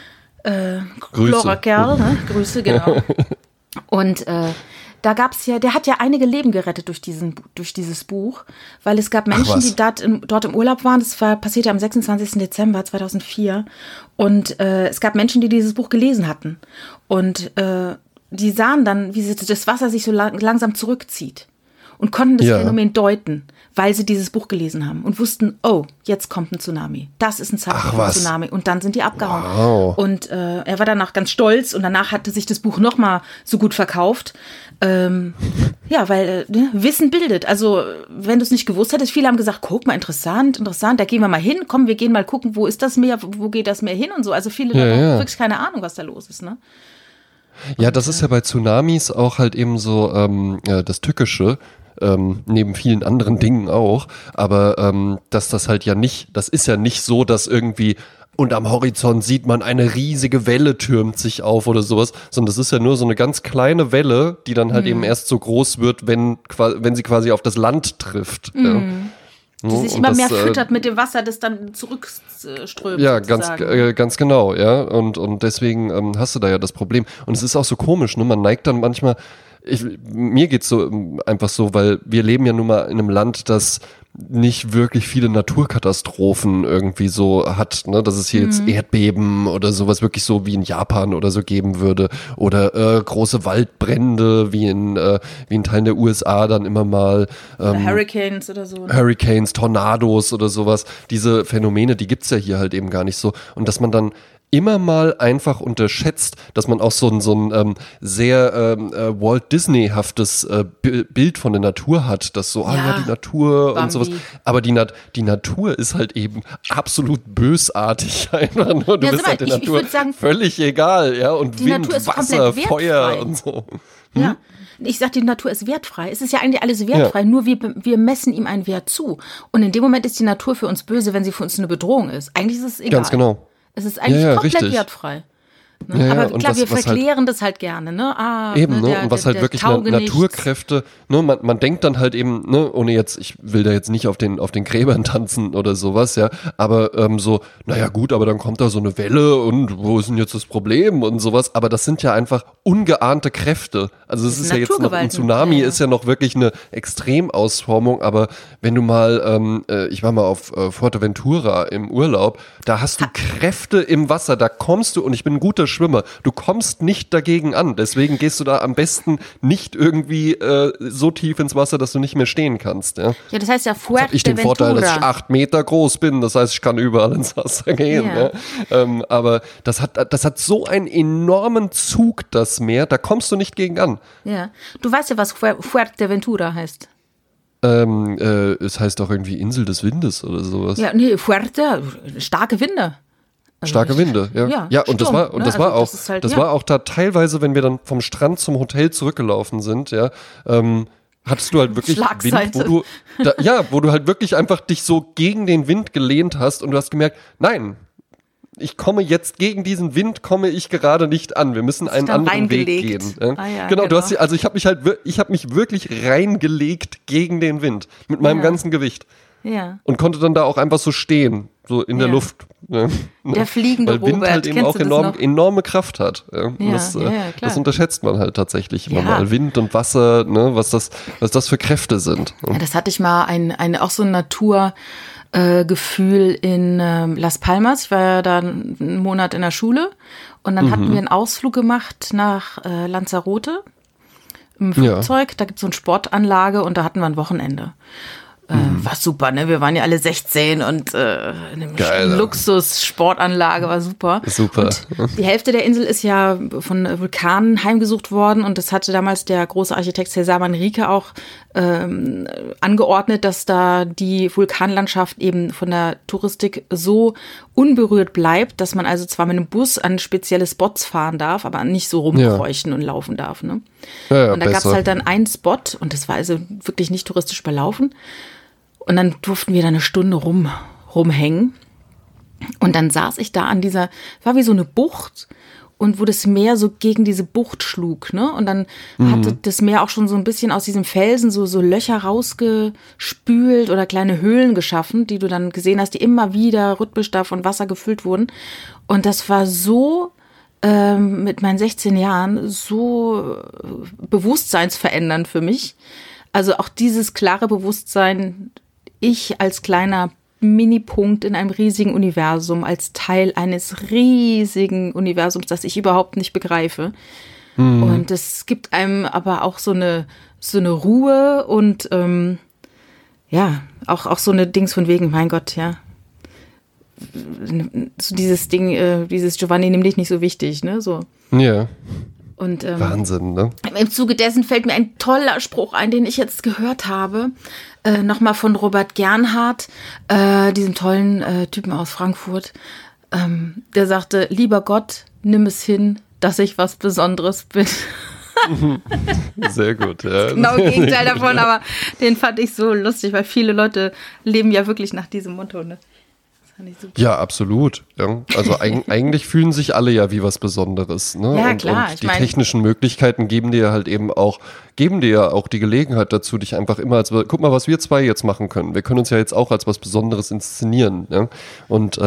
S1: Äh, Grüße. Kerl, ne? Grüße, genau. Und äh, da gab's ja, der hat ja einige Leben gerettet durch diesen, durch dieses Buch, weil es gab Menschen, die dort im, dort im Urlaub waren. Das war passiert ja am sechsundzwanzigsten Dezember zweitausendvier. Und äh, es gab Menschen, die dieses Buch gelesen hatten. Und äh, die sahen dann, wie das Wasser sich so lang, langsam zurückzieht und konnten das ja. Phänomen deuten, weil sie dieses Buch gelesen haben und wussten, oh, jetzt kommt ein Tsunami. Das ist ein Zeichen für ein Tsunami. Und dann sind die abgehauen.
S2: Wow.
S1: Und äh, er war danach ganz stolz und danach hatte sich das Buch nochmal so gut verkauft. Ähm, ja, weil äh, Wissen bildet. Also wenn du es nicht gewusst hättest, viele haben gesagt, guck mal, interessant, interessant, da gehen wir mal hin. Komm, wir gehen mal gucken, wo ist das Meer, wo geht das Meer hin und so. Also viele
S2: ja,
S1: haben
S2: ja.
S1: wirklich keine Ahnung, was da los ist, ne?
S2: Ja, das ist ja bei Tsunamis auch halt eben so ähm, ja, das Tückische. Ähm, neben vielen anderen Dingen auch, aber ähm, dass das halt ja nicht, das ist ja nicht so, dass irgendwie und am Horizont sieht man eine riesige Welle türmt sich auf oder sowas, sondern das ist ja nur so eine ganz kleine Welle, die dann halt mhm. eben erst so groß wird, wenn, wenn sie quasi auf das Land trifft.
S1: Mhm.
S2: Ja.
S1: Die sich
S2: und
S1: immer
S2: das,
S1: mehr füttert mit dem Wasser, das dann zurückströmt.
S2: Ja, ganz, äh, ganz genau, ja. Und, und deswegen ähm, hast du da ja das Problem. Und es ist auch so komisch, ne? Man neigt dann manchmal, ich, mir geht's so einfach so, weil wir leben ja nun mal in einem Land, das nicht wirklich viele Naturkatastrophen irgendwie so hat, ne, dass es hier mhm. jetzt Erdbeben oder sowas wirklich so wie in Japan oder so geben würde oder äh, große Waldbrände wie in äh, wie in Teilen der U S A dann immer mal ähm,
S1: oder Hurricanes oder so. Ne?
S2: Hurricanes, Tornados oder sowas. Diese Phänomene, die gibt's ja hier halt eben gar nicht so und dass man dann immer mal einfach unterschätzt, dass man auch so ein, so ein ähm, sehr ähm, äh, Walt Disney-haftes äh, B- Bild von der Natur hat, das so, ah ja, ja die Natur Bambi. Und sowas. Aber die, Nat- die Natur ist halt eben absolut bösartig einfach nur. Du
S1: ja,
S2: bist
S1: mal,
S2: halt der
S1: ich,
S2: Natur
S1: ich sagen,
S2: völlig egal, ja, und Wind, Wasser, Feuer und so.
S1: Hm? Ja. Ich sag, die Natur ist wertfrei. Es ist ja eigentlich alles wertfrei, ja. nur wir, wir messen ihm einen Wert zu. Und in dem Moment ist die Natur für uns böse, wenn sie für uns eine Bedrohung ist. Eigentlich ist es egal.
S2: Ganz genau.
S1: Es ist eigentlich
S2: ja, ja,
S1: komplett
S2: richtig.
S1: wertfrei. Ne?
S2: Ja, ja,
S1: aber klar,
S2: was,
S1: wir verklären
S2: halt,
S1: das halt gerne. Ne? Ah,
S2: eben,
S1: ne,
S2: ne?
S1: Der,
S2: und was
S1: der,
S2: halt
S1: der
S2: wirklich na-
S1: Taugenichts.
S2: Naturkräfte, ne? man, man denkt dann halt eben, ne, ohne jetzt, ich will da jetzt nicht auf den, auf den Gräbern tanzen oder sowas, ja, aber ähm, so, naja gut, aber dann kommt da so eine Welle und wo ist denn jetzt das Problem und sowas, aber das sind ja einfach ungeahnte Kräfte. Also es ist ja jetzt noch, ein Tsunami ja, ja. ist ja noch wirklich eine Extremausformung, aber wenn du mal, ähm, äh, ich war mal auf äh, Fuerteventura im Urlaub, da hast du ha. Kräfte im Wasser, da kommst du, und ich bin ein guter Schwimmer, du kommst nicht dagegen an, deswegen gehst du da am besten nicht irgendwie äh, so tief ins Wasser, dass du nicht mehr stehen kannst. Ja,
S1: ja das heißt ja Fuerteventura.
S2: Hab ich den Vorteil, dass ich acht Meter groß bin, das heißt, ich kann überall ins Wasser gehen. Ja. Ja. Ähm, aber das hat, das hat so einen enormen Zug, das Meer, da kommst du nicht gegen an.
S1: Ja, du weißt ja, was Fuerteventura heißt.
S2: Ähm, äh, es heißt auch irgendwie Insel des Windes oder sowas.
S1: Ja, nee, Fuerte, starke Winde.
S2: Also Starke Winde, ja. Ja, ja und Sturm, das war und das ne? war also auch das, halt, das ja. war auch da teilweise, wenn wir dann vom Strand zum Hotel zurückgelaufen sind, ja, ähm, hattest du halt wirklich Wind, wo du da, ja, wo du halt wirklich einfach dich so gegen den Wind gelehnt hast und du hast gemerkt, nein, ich komme jetzt gegen diesen Wind, komme ich gerade nicht an. Wir müssen einen anderen Weg gehen. Ja? Ah, ja, genau, genau, du hast also ich habe mich halt ich habe mich wirklich reingelegt gegen den Wind mit meinem ja. ganzen Gewicht.
S1: Ja.
S2: Und konnte dann da auch einfach so stehen, so in der ja. Luft. Ne?
S1: Der fliegende
S2: Weil Wind
S1: Robert,
S2: halt eben auch enorm, enorme Kraft hat. Ja?
S1: Ja,
S2: das,
S1: ja, ja,
S2: das unterschätzt man halt tatsächlich immer
S1: ja.
S2: mal. Wind und Wasser, ne? was, das, was das für Kräfte sind.
S1: Ja, das hatte ich mal ein, ein, auch so ein Naturgefühl äh, in äh, Las Palmas. Ich war ja da einen Monat in der Schule und dann mhm. hatten wir einen Ausflug gemacht nach äh, Lanzarote im Flugzeug. Ja. Da gibt es so eine Sportanlage und da hatten wir ein Wochenende. Äh, mhm. War super, ne? Wir waren ja alle sechzehn und äh, in einem Luxus-Sportanlage war super.
S2: Super.
S1: Und die Hälfte der Insel ist ja von Vulkanen heimgesucht worden und das hatte damals der große Architekt Cesar Manrique auch ähm, angeordnet, dass da die Vulkanlandschaft eben von der Touristik so unberührt bleibt, dass man also zwar mit einem Bus an spezielle Spots fahren darf, aber nicht so rumkreuchen ja. und laufen darf. Ne?
S2: Ja, ja,
S1: und da gab es halt dann einen Spot und das war also wirklich nicht touristisch belaufen. Und dann durften wir da eine Stunde rum, rumhängen. Und dann saß ich da an dieser, war wie so eine Bucht und wo das Meer so gegen diese Bucht schlug, ne? Und dann mhm. hatte das Meer auch schon so ein bisschen aus diesem Felsen so, so Löcher rausgespült oder kleine Höhlen geschaffen, die du dann gesehen hast, die immer wieder rhythmisch da von Wasser gefüllt wurden. Und das war so ähm, mit meinen sechzehn Jahren so bewusstseinsverändernd für mich. Also auch dieses klare Bewusstsein, ich als kleiner Minipunkt in einem riesigen Universum, als Teil eines riesigen Universums, das ich überhaupt nicht begreife. Mhm. Und es gibt einem aber auch so eine, so eine Ruhe und ähm, ja, auch, auch so eine Dings von wegen, mein Gott, ja. So dieses Ding, äh, dieses Giovanni, nimm dich nicht so wichtig, ne? So.
S2: Ja.
S1: Und, ähm,
S2: Wahnsinn, ne?
S1: Im Zuge dessen fällt mir ein toller Spruch ein, den ich jetzt gehört habe. Äh, Nochmal von Robert Gernhardt, äh, diesem tollen äh, Typen aus Frankfurt. Ähm, der sagte, lieber Gott, nimm es hin, dass ich was Besonderes bin.
S2: Sehr gut, ja.
S1: Genau im Gegenteil davon, aber den fand ich so lustig, weil viele Leute leben ja wirklich nach diesem Motto, ne?
S2: Ja, absolut. Ja. Also eig- eigentlich fühlen sich alle ja wie was Besonderes. Ne?
S1: Ja,
S2: und,
S1: klar.
S2: Und
S1: ich
S2: die
S1: mein,
S2: technischen Möglichkeiten geben dir halt eben auch, geben dir ja auch die Gelegenheit dazu, dich einfach immer als, guck mal, was wir zwei jetzt machen können. Wir können uns ja jetzt auch als was Besonderes inszenieren. Ja? Und äh,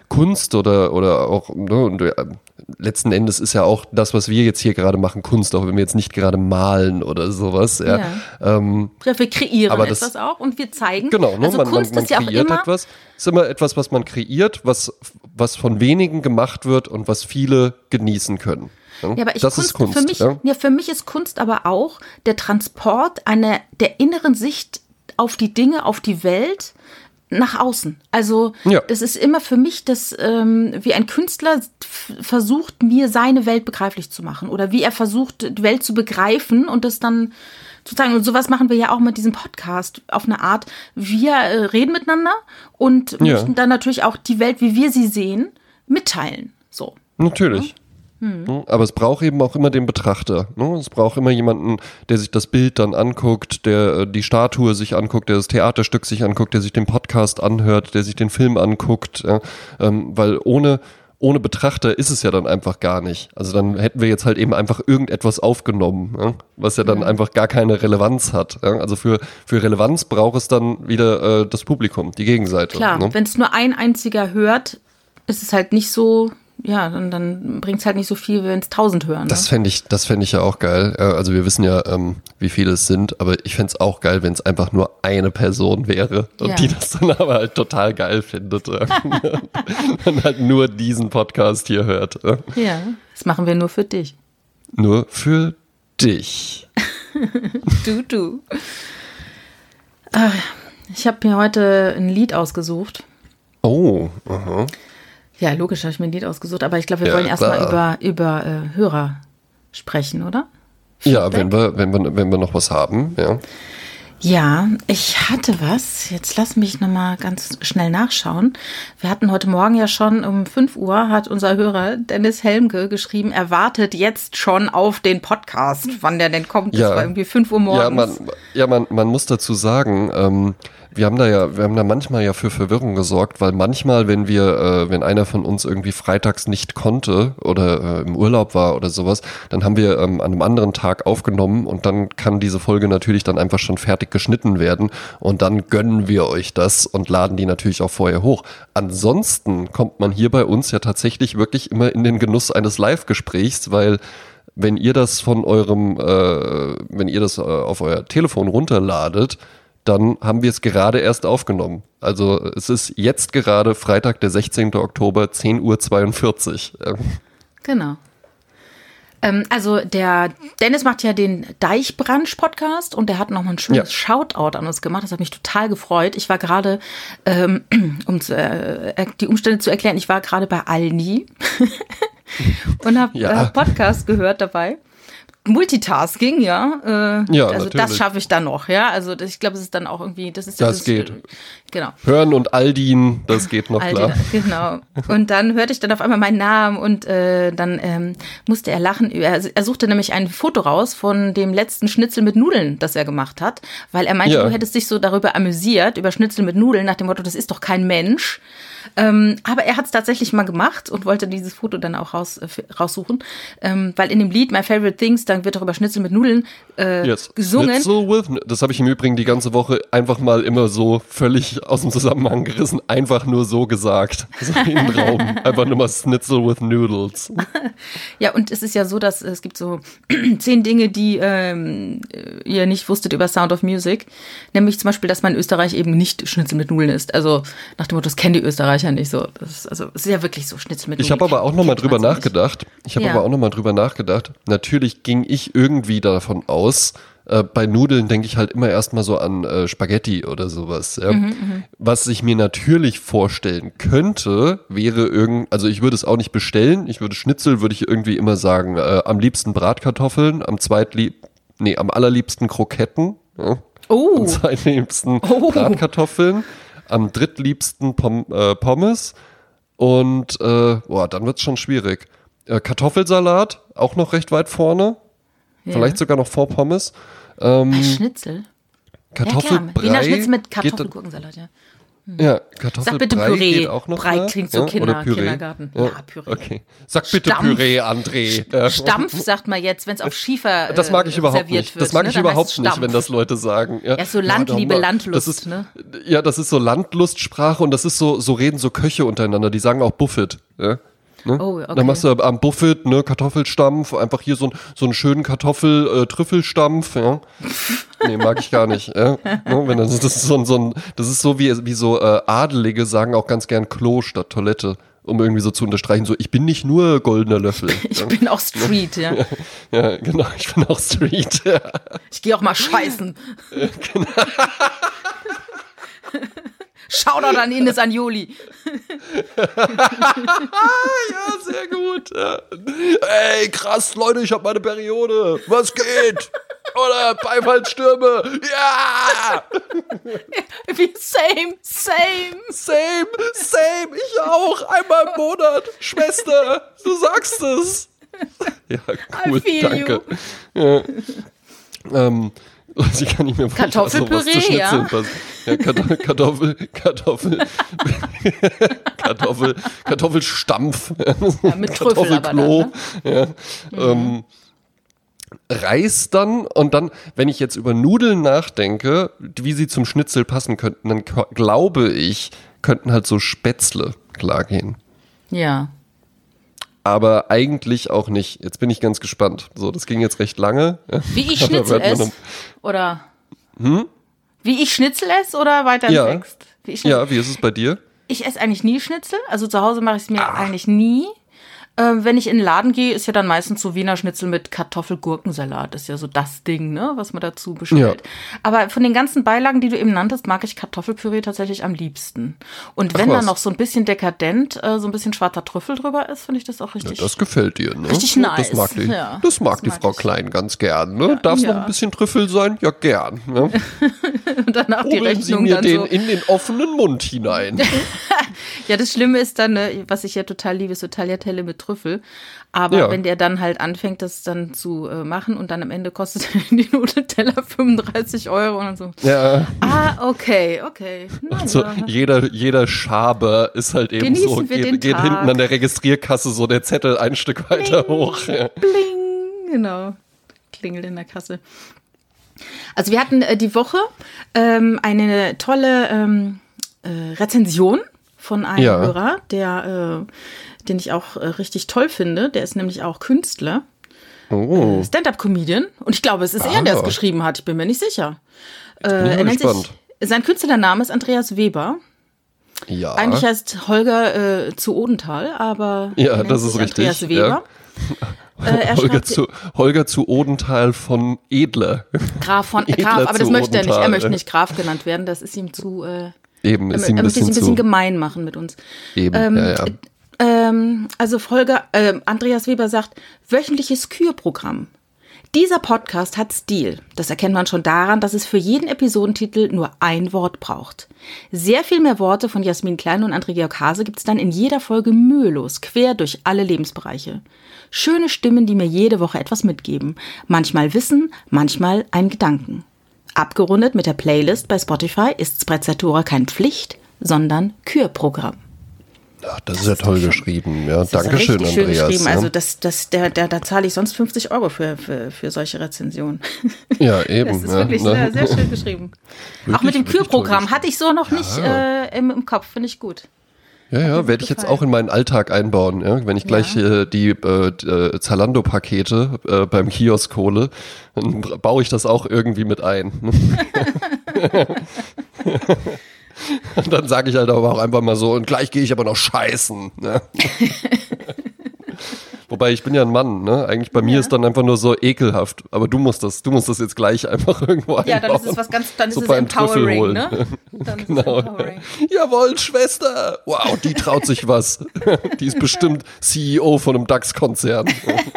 S2: Kunst oder, oder auch, ne, und, äh, letzten Endes ist ja auch das, was wir jetzt hier gerade machen, Kunst, auch wenn wir jetzt nicht gerade malen oder sowas. Ja,
S1: ja.
S2: Ähm,
S1: ja wir kreieren
S2: aber das,
S1: etwas auch und wir zeigen.
S2: Genau, ne,
S1: also
S2: man,
S1: Kunst
S2: man, man
S1: ist ja auch
S2: kreiert
S1: immer,
S2: etwas. Ist immer etwas, was man kreiert, was, was von wenigen gemacht wird und was viele genießen können. Ja,
S1: ja, aber ich
S2: das
S1: Kunst,
S2: ist Kunst.
S1: Für mich,
S2: ja?
S1: Ja, für mich ist Kunst aber auch der Transport einer, der inneren Sicht auf die Dinge, auf die Welt nach außen. Also
S2: Ja.
S1: das ist immer für mich, das, ähm, wie ein Künstler f- versucht, mir seine Welt begreiflich zu machen oder wie er versucht, die Welt zu begreifen und das dann zu zeigen. Und sowas machen wir ja auch mit diesem Podcast auf eine Art. Wir äh, reden miteinander und
S2: Ja.
S1: möchten dann natürlich auch die Welt, wie wir sie sehen, mitteilen. So.
S2: Natürlich. Mhm. Aber es braucht eben auch immer den Betrachter. Ne? Es braucht immer jemanden, der sich das Bild dann anguckt, der äh, die Statue sich anguckt, der das Theaterstück sich anguckt, der sich den Podcast anhört, der sich den Film anguckt. Ja? Ähm, weil ohne, ohne Betrachter ist es ja dann einfach gar nicht. Also dann hätten wir jetzt halt eben einfach irgendetwas aufgenommen, ja? Was ja dann mhm. einfach gar keine Relevanz hat. Ja? Also für, für Relevanz braucht es dann wieder äh, das Publikum, die Gegenseite.
S1: Klar,
S2: ne?
S1: wenn es nur ein einziger hört, ist es halt nicht so... Ja, dann, dann bringt es halt nicht so viel, wenn es tausend hören. Ne?
S2: Das fände ich, das fände ich ja auch geil. Also wir wissen ja, ähm, wie viele es sind, aber ich fände es auch geil, wenn es einfach nur eine Person wäre und
S1: ja.
S2: die das dann aber halt total geil findet. Und halt nur diesen Podcast hier hört.
S1: Ja, das machen wir nur für dich.
S2: Nur für dich.
S1: Du, du. Ich habe mir heute ein Lied ausgesucht.
S2: Oh, aha.
S1: Ja, logisch habe ich mir ein Lied ausgesucht, aber ich glaube, wir
S2: Ja,
S1: wollen erstmal
S2: klar.
S1: über, über äh, Hörer sprechen, oder?
S2: Ja, wenn wir, wenn wir, wenn wir noch was haben, ja.
S1: Ja, ich hatte was. Jetzt lass mich nochmal ganz schnell nachschauen. Wir hatten heute Morgen ja schon um fünf Uhr, hat unser Hörer Dennis Helmke geschrieben, er wartet jetzt schon auf den Podcast, wann der denn kommt. Das
S2: Ja.
S1: war irgendwie fünf Uhr morgens.
S2: Ja, man, ja, man, man muss dazu sagen, ähm, wir haben da ja, wir haben da manchmal ja für Verwirrung gesorgt, weil manchmal, wenn wir, äh, wenn einer von uns irgendwie freitags nicht konnte oder äh, im Urlaub war oder sowas, dann haben wir ähm, an einem anderen Tag aufgenommen und dann kann diese Folge natürlich dann einfach schon fertig geschnitten werden und dann gönnen wir euch das und laden die natürlich auch vorher hoch. Ansonsten kommt man hier bei uns ja tatsächlich wirklich immer in den Genuss eines Live-Gesprächs, weil wenn ihr das von eurem, äh, wenn ihr das äh, auf euer Telefon runterladet, dann haben wir es gerade erst aufgenommen. Also es ist jetzt gerade Freitag, der sechzehnten Oktober, zehn Uhr zweiundvierzig.
S1: Genau. Ähm, also der Dennis macht ja den Deichbrunch-Podcast und der hat nochmal ein schönes ja. Shoutout an uns gemacht. Das hat mich total gefreut. Ich war gerade, ähm, um zu, äh, die Umstände zu erklären, ich war gerade bei Aldi und habe
S2: ja.
S1: äh, Podcast gehört dabei. Multitasking, ja. Äh,
S2: ja,
S1: also
S2: natürlich.
S1: das schaffe ich dann noch, ja. Also das, ich glaube, es ist dann auch irgendwie, das ist
S2: das
S1: das,
S2: geht.
S1: Genau.
S2: Hören und Aldin, das geht noch
S1: Aldin,
S2: klar.
S1: Genau. Und dann hörte ich dann auf einmal meinen Namen und äh, dann ähm, musste er lachen. Er, er suchte nämlich ein Foto raus von dem letzten Schnitzel mit Nudeln, das er gemacht hat, weil er meinte,
S2: ja.
S1: du hättest dich so darüber amüsiert, über Schnitzel mit Nudeln, nach dem Motto, das ist doch kein Mensch. Ähm, aber er hat es tatsächlich mal gemacht und wollte dieses Foto dann auch raus, äh, raussuchen, ähm, weil in dem Lied My Favorite Things, dann wird auch über Schnitzel mit Nudeln äh,
S2: yes.
S1: gesungen.
S2: Schnitzel with, das habe ich im Übrigen die ganze Woche einfach mal immer so völlig aus dem Zusammenhang gerissen, einfach nur so gesagt, so in den Raum, einfach nur mal Schnitzel with Noodles.
S1: Ja, und es ist ja so, dass es gibt so zehn Dinge, die ähm, ihr nicht wusstet über Sound of Music, nämlich zum Beispiel, dass man in Österreich eben nicht Schnitzel mit Nudeln isst, also nach dem Motto, das kennen die Österreicher nicht so. Das ist, also es ist ja wirklich so, Schnitzel mit Nudeln.
S2: Ich habe aber auch nochmal drüber nachgedacht. Ich habe
S1: ja.
S2: aber auch nochmal drüber nachgedacht. Natürlich ging ich irgendwie davon aus, äh, bei Nudeln denke ich halt immer erstmal so an äh, Spaghetti oder sowas. Ja. Mhm, Was ich mir natürlich vorstellen könnte, wäre irgend, also ich würde es auch nicht bestellen. Ich würde Schnitzel, würde ich irgendwie immer sagen, äh, am liebsten Bratkartoffeln, am zweitlieb, nee, am allerliebsten Kroketten. Ja.
S1: Oh.
S2: Am zweitliebsten
S1: oh.
S2: Bratkartoffeln. Am drittliebsten Pom- äh, Pommes und äh, boah, dann wird's schon schwierig. Äh, Kartoffelsalat, auch noch recht weit vorne. Ja. Vielleicht sogar noch vor Pommes. Ähm,
S1: Schnitzel?
S2: Kartoffelbrei.
S1: Ja, Wiener Schnitzel mit Kartoffelgurkensalat, ja.
S2: Ja, Kartoffelbrei
S1: Sag bitte Püree.
S2: Geht auch noch
S1: Brei
S2: mal.
S1: klingt so
S2: ja?
S1: Kinder,
S2: Oder Püree?
S1: Kindergarten.
S2: Ja,
S1: Ja, Püree.
S2: Okay. Sag bitte
S1: Stampf.
S2: Püree, André. Ja.
S1: Stampf sagt man jetzt, wenn es auf Schiefer äh,
S2: Das mag ich überhaupt
S1: serviert
S2: nicht.
S1: wird.
S2: Das mag
S1: ne?
S2: ich
S1: Dann
S2: überhaupt
S1: heißt es
S2: nicht,
S1: Stampf.
S2: wenn das Leute sagen. Ja,
S1: Ja, so Landliebe,
S2: ja, doch mal.
S1: Landlust,
S2: Das ist,
S1: ne?
S2: Ja, das ist so Landlustsprache und das ist so, so reden so Köche untereinander. Die sagen auch Buffet. Ja? Ne?
S1: Oh, okay.
S2: Dann machst du am Buffet, ne, Kartoffelstampf, einfach hier so, so einen schönen Kartoffel-Trüffelstampf, ja. Nee, mag ich gar nicht, ja. Ne, wenn das, das ist so ein, so ein, das ist so wie, wie so äh, Adelige sagen auch ganz gern Klo statt Toilette, um irgendwie so zu unterstreichen, so, ich bin nicht nur goldener Löffel.
S1: Ich
S2: ja.
S1: bin auch Street, ja.
S2: Ja, ja, genau, ich bin auch Street, ja.
S1: Ich gehe auch mal scheißen. Genau. Shoutout an Ines Anjoli.
S2: Ja, sehr gut. Ja. Ey, krass, Leute, ich hab meine Periode. Was geht? Oder Beifallsstürme. Ja!
S1: Wie same, same.
S2: Same, same. Ich auch. Einmal im Monat. Schwester, du sagst es. Ja, cool,
S1: I feel
S2: danke. Ja. Ähm, ich kann nicht mehr
S1: Kartoffelpüree,
S2: zu Schnitzeln
S1: ja.
S2: passen. Ja, Kartoffel, Kartoffel, Kartoffel, Kartoffel, Kartoffelstampf.
S1: Ja, mit Trüffel aber dann,
S2: Kartoffelklo.
S1: ne?
S2: Ja. Mhm. Ähm, Reis dann und dann, wenn ich jetzt über Nudeln nachdenke, wie sie zum Schnitzel passen könnten, dann k- glaube ich, könnten halt so Spätzle klar gehen.
S1: Ja.
S2: Aber eigentlich auch nicht. Jetzt bin ich ganz gespannt. So, das ging jetzt recht lange.
S1: Wie ich
S2: Aber
S1: Schnitzel
S2: wird man
S1: esse? Oder? Hm? Wie ich Schnitzel esse oder weiter im
S2: Ja.
S1: Text? Wie ich, Schnitzel-
S2: Ja, wie ist es bei dir?
S1: ich esse eigentlich nie Schnitzel. Also zu Hause mache ich es mir eigentlich nie. Ähm, wenn ich in den Laden gehe, ist ja dann meistens so Wiener Schnitzel mit Kartoffel-Gurkensalat. Ist ja so das Ding, ne, was man dazu bestellt.
S2: Ja.
S1: Aber von den ganzen Beilagen, die du eben nanntest, mag ich Kartoffelpüree tatsächlich am liebsten. Und
S2: Ach
S1: wenn
S2: was.
S1: dann noch so ein bisschen dekadent, äh, so ein bisschen schwarzer Trüffel drüber ist, finde ich das auch
S2: Ja,
S1: richtig.
S2: das gefällt dir, ne?
S1: Richtig
S2: Ja,
S1: nice.
S2: Das mag die,
S1: Ja,
S2: das mag
S1: das
S2: die
S1: mag
S2: Frau
S1: ich.
S2: Klein ganz gern, ne? Darf es
S1: ja.
S2: noch ein bisschen Trüffel sein? Ja, gern. Ne?
S1: Und danach die
S2: Holen Sie
S1: Rechnung
S2: mir
S1: dann
S2: den
S1: so.
S2: in den offenen Mund hinein.
S1: Ja, das Schlimme ist dann, ne, was ich ja total liebe, ist so Tagliatelle mit Trüffel. Aber
S2: Ja.
S1: wenn der dann halt anfängt, das dann zu äh, machen und dann am Ende kostet die Nudelteller fünfunddreißig Euro und dann so.
S2: Ja.
S1: Ah, okay, okay. Na,
S2: So,
S1: ja.
S2: jeder, jeder Schaber ist halt eben
S1: Genießen
S2: so,
S1: wir
S2: geht,
S1: den
S2: geht
S1: Tag.
S2: hinten an der Registrierkasse so der Zettel ein Stück weiter
S1: Bling,
S2: hoch. Ja.
S1: Bling, genau. Klingelt in der Kasse. Also wir hatten äh, die Woche ähm, eine tolle ähm, äh, Rezension von einem
S2: Ja.
S1: Hörer, der, äh, den ich auch äh, richtig toll finde. Der ist nämlich auch Künstler.
S2: Oh,
S1: Stand-up-Comedian. Und ich glaube, es ist er,
S2: Ah.
S1: der es geschrieben hat. Ich bin mir nicht sicher. Äh,
S2: bin ich mal
S1: er nennt
S2: gespannt.
S1: sich, sein Künstlername ist Andreas Weber.
S2: ja.
S1: Eigentlich heißt Holger äh, zu Odenthal, aber
S2: Ja,
S1: er nennt
S2: das ist
S1: sich
S2: richtig,
S1: Andreas Weber. Äh, er
S2: Holger,
S1: schreibt-
S2: zu, Holger zu Odenthal von Edler.
S1: Graf von
S2: Edler
S1: Graf, aber das
S2: zu
S1: möchte er nicht. Er
S2: Odenthal.
S1: möchte nicht Graf genannt werden. Das ist ihm zu. Äh,
S2: Eben, ist
S1: er,
S2: ihm
S1: er
S2: ein
S1: möchte sich
S2: bisschen
S1: ein bisschen
S2: zu.
S1: gemein machen mit uns.
S2: Eben,
S1: Ähm,
S2: ja, ja.
S1: Ähm, also Holger, äh, Andreas Weber sagt, wöchentliches Kürprogramm. Dieser Podcast hat Stil. Das erkennt man schon daran, dass es für jeden Episodentitel nur ein Wort braucht. Sehr viel mehr Worte von Jasmin Klein und André-Georg Hase gibt es dann in jeder Folge mühelos, quer durch alle Lebensbereiche. Schöne Stimmen, die mir jede Woche etwas mitgeben. Manchmal Wissen, manchmal einen Gedanken. Abgerundet mit der Playlist bei Spotify ist Sprezzatura kein Pflicht, sondern Kürprogramm.
S2: Ach, das ist ja toll geschrieben. Ja,
S1: Das ist
S2: Dankeschön,
S1: richtig schön
S2: Andreas.
S1: geschrieben.
S2: ja.
S1: Also das, das, der, der, da zahle ich sonst fünfzig Euro für, für, für solche Rezensionen.
S2: Ja, eben.
S1: Das ist
S2: ja,
S1: wirklich
S2: ne?
S1: sehr, sehr schön geschrieben.
S2: Wirklich,
S1: Auch mit dem
S2: wirklich toll
S1: Kürprogramm
S2: geschrieben.
S1: hatte ich so noch nicht äh, im, im Kopf. Finde ich gut.
S2: Ja, ja,
S1: mir
S2: werde ich jetzt
S1: gefallen.
S2: auch in meinen Alltag einbauen. Ja? Wenn ich gleich
S1: Ja.
S2: äh, die äh, d- äh, Zalando-Pakete äh, beim Kiosk hole, dann bra- baue ich das auch irgendwie mit ein. Und dann sage ich halt aber auch einfach mal so, und gleich gehe ich aber noch scheißen. Ne? Wobei, ich bin ja ein Mann, ne? Eigentlich bei mir
S1: Ja.
S2: ist dann einfach nur so ekelhaft. Aber du musst das, du musst das jetzt gleich einfach irgendwo einbauen.
S1: Ja, dann ist es was ganz, dann ist
S2: So
S1: es
S2: beim Trüffel
S1: empowering,
S2: holen.
S1: ne? Dann ist
S2: Genau.
S1: es empowering.
S2: Jawohl, Schwester. Wow, die traut sich was. Die ist bestimmt C E O von einem DAX-Konzern.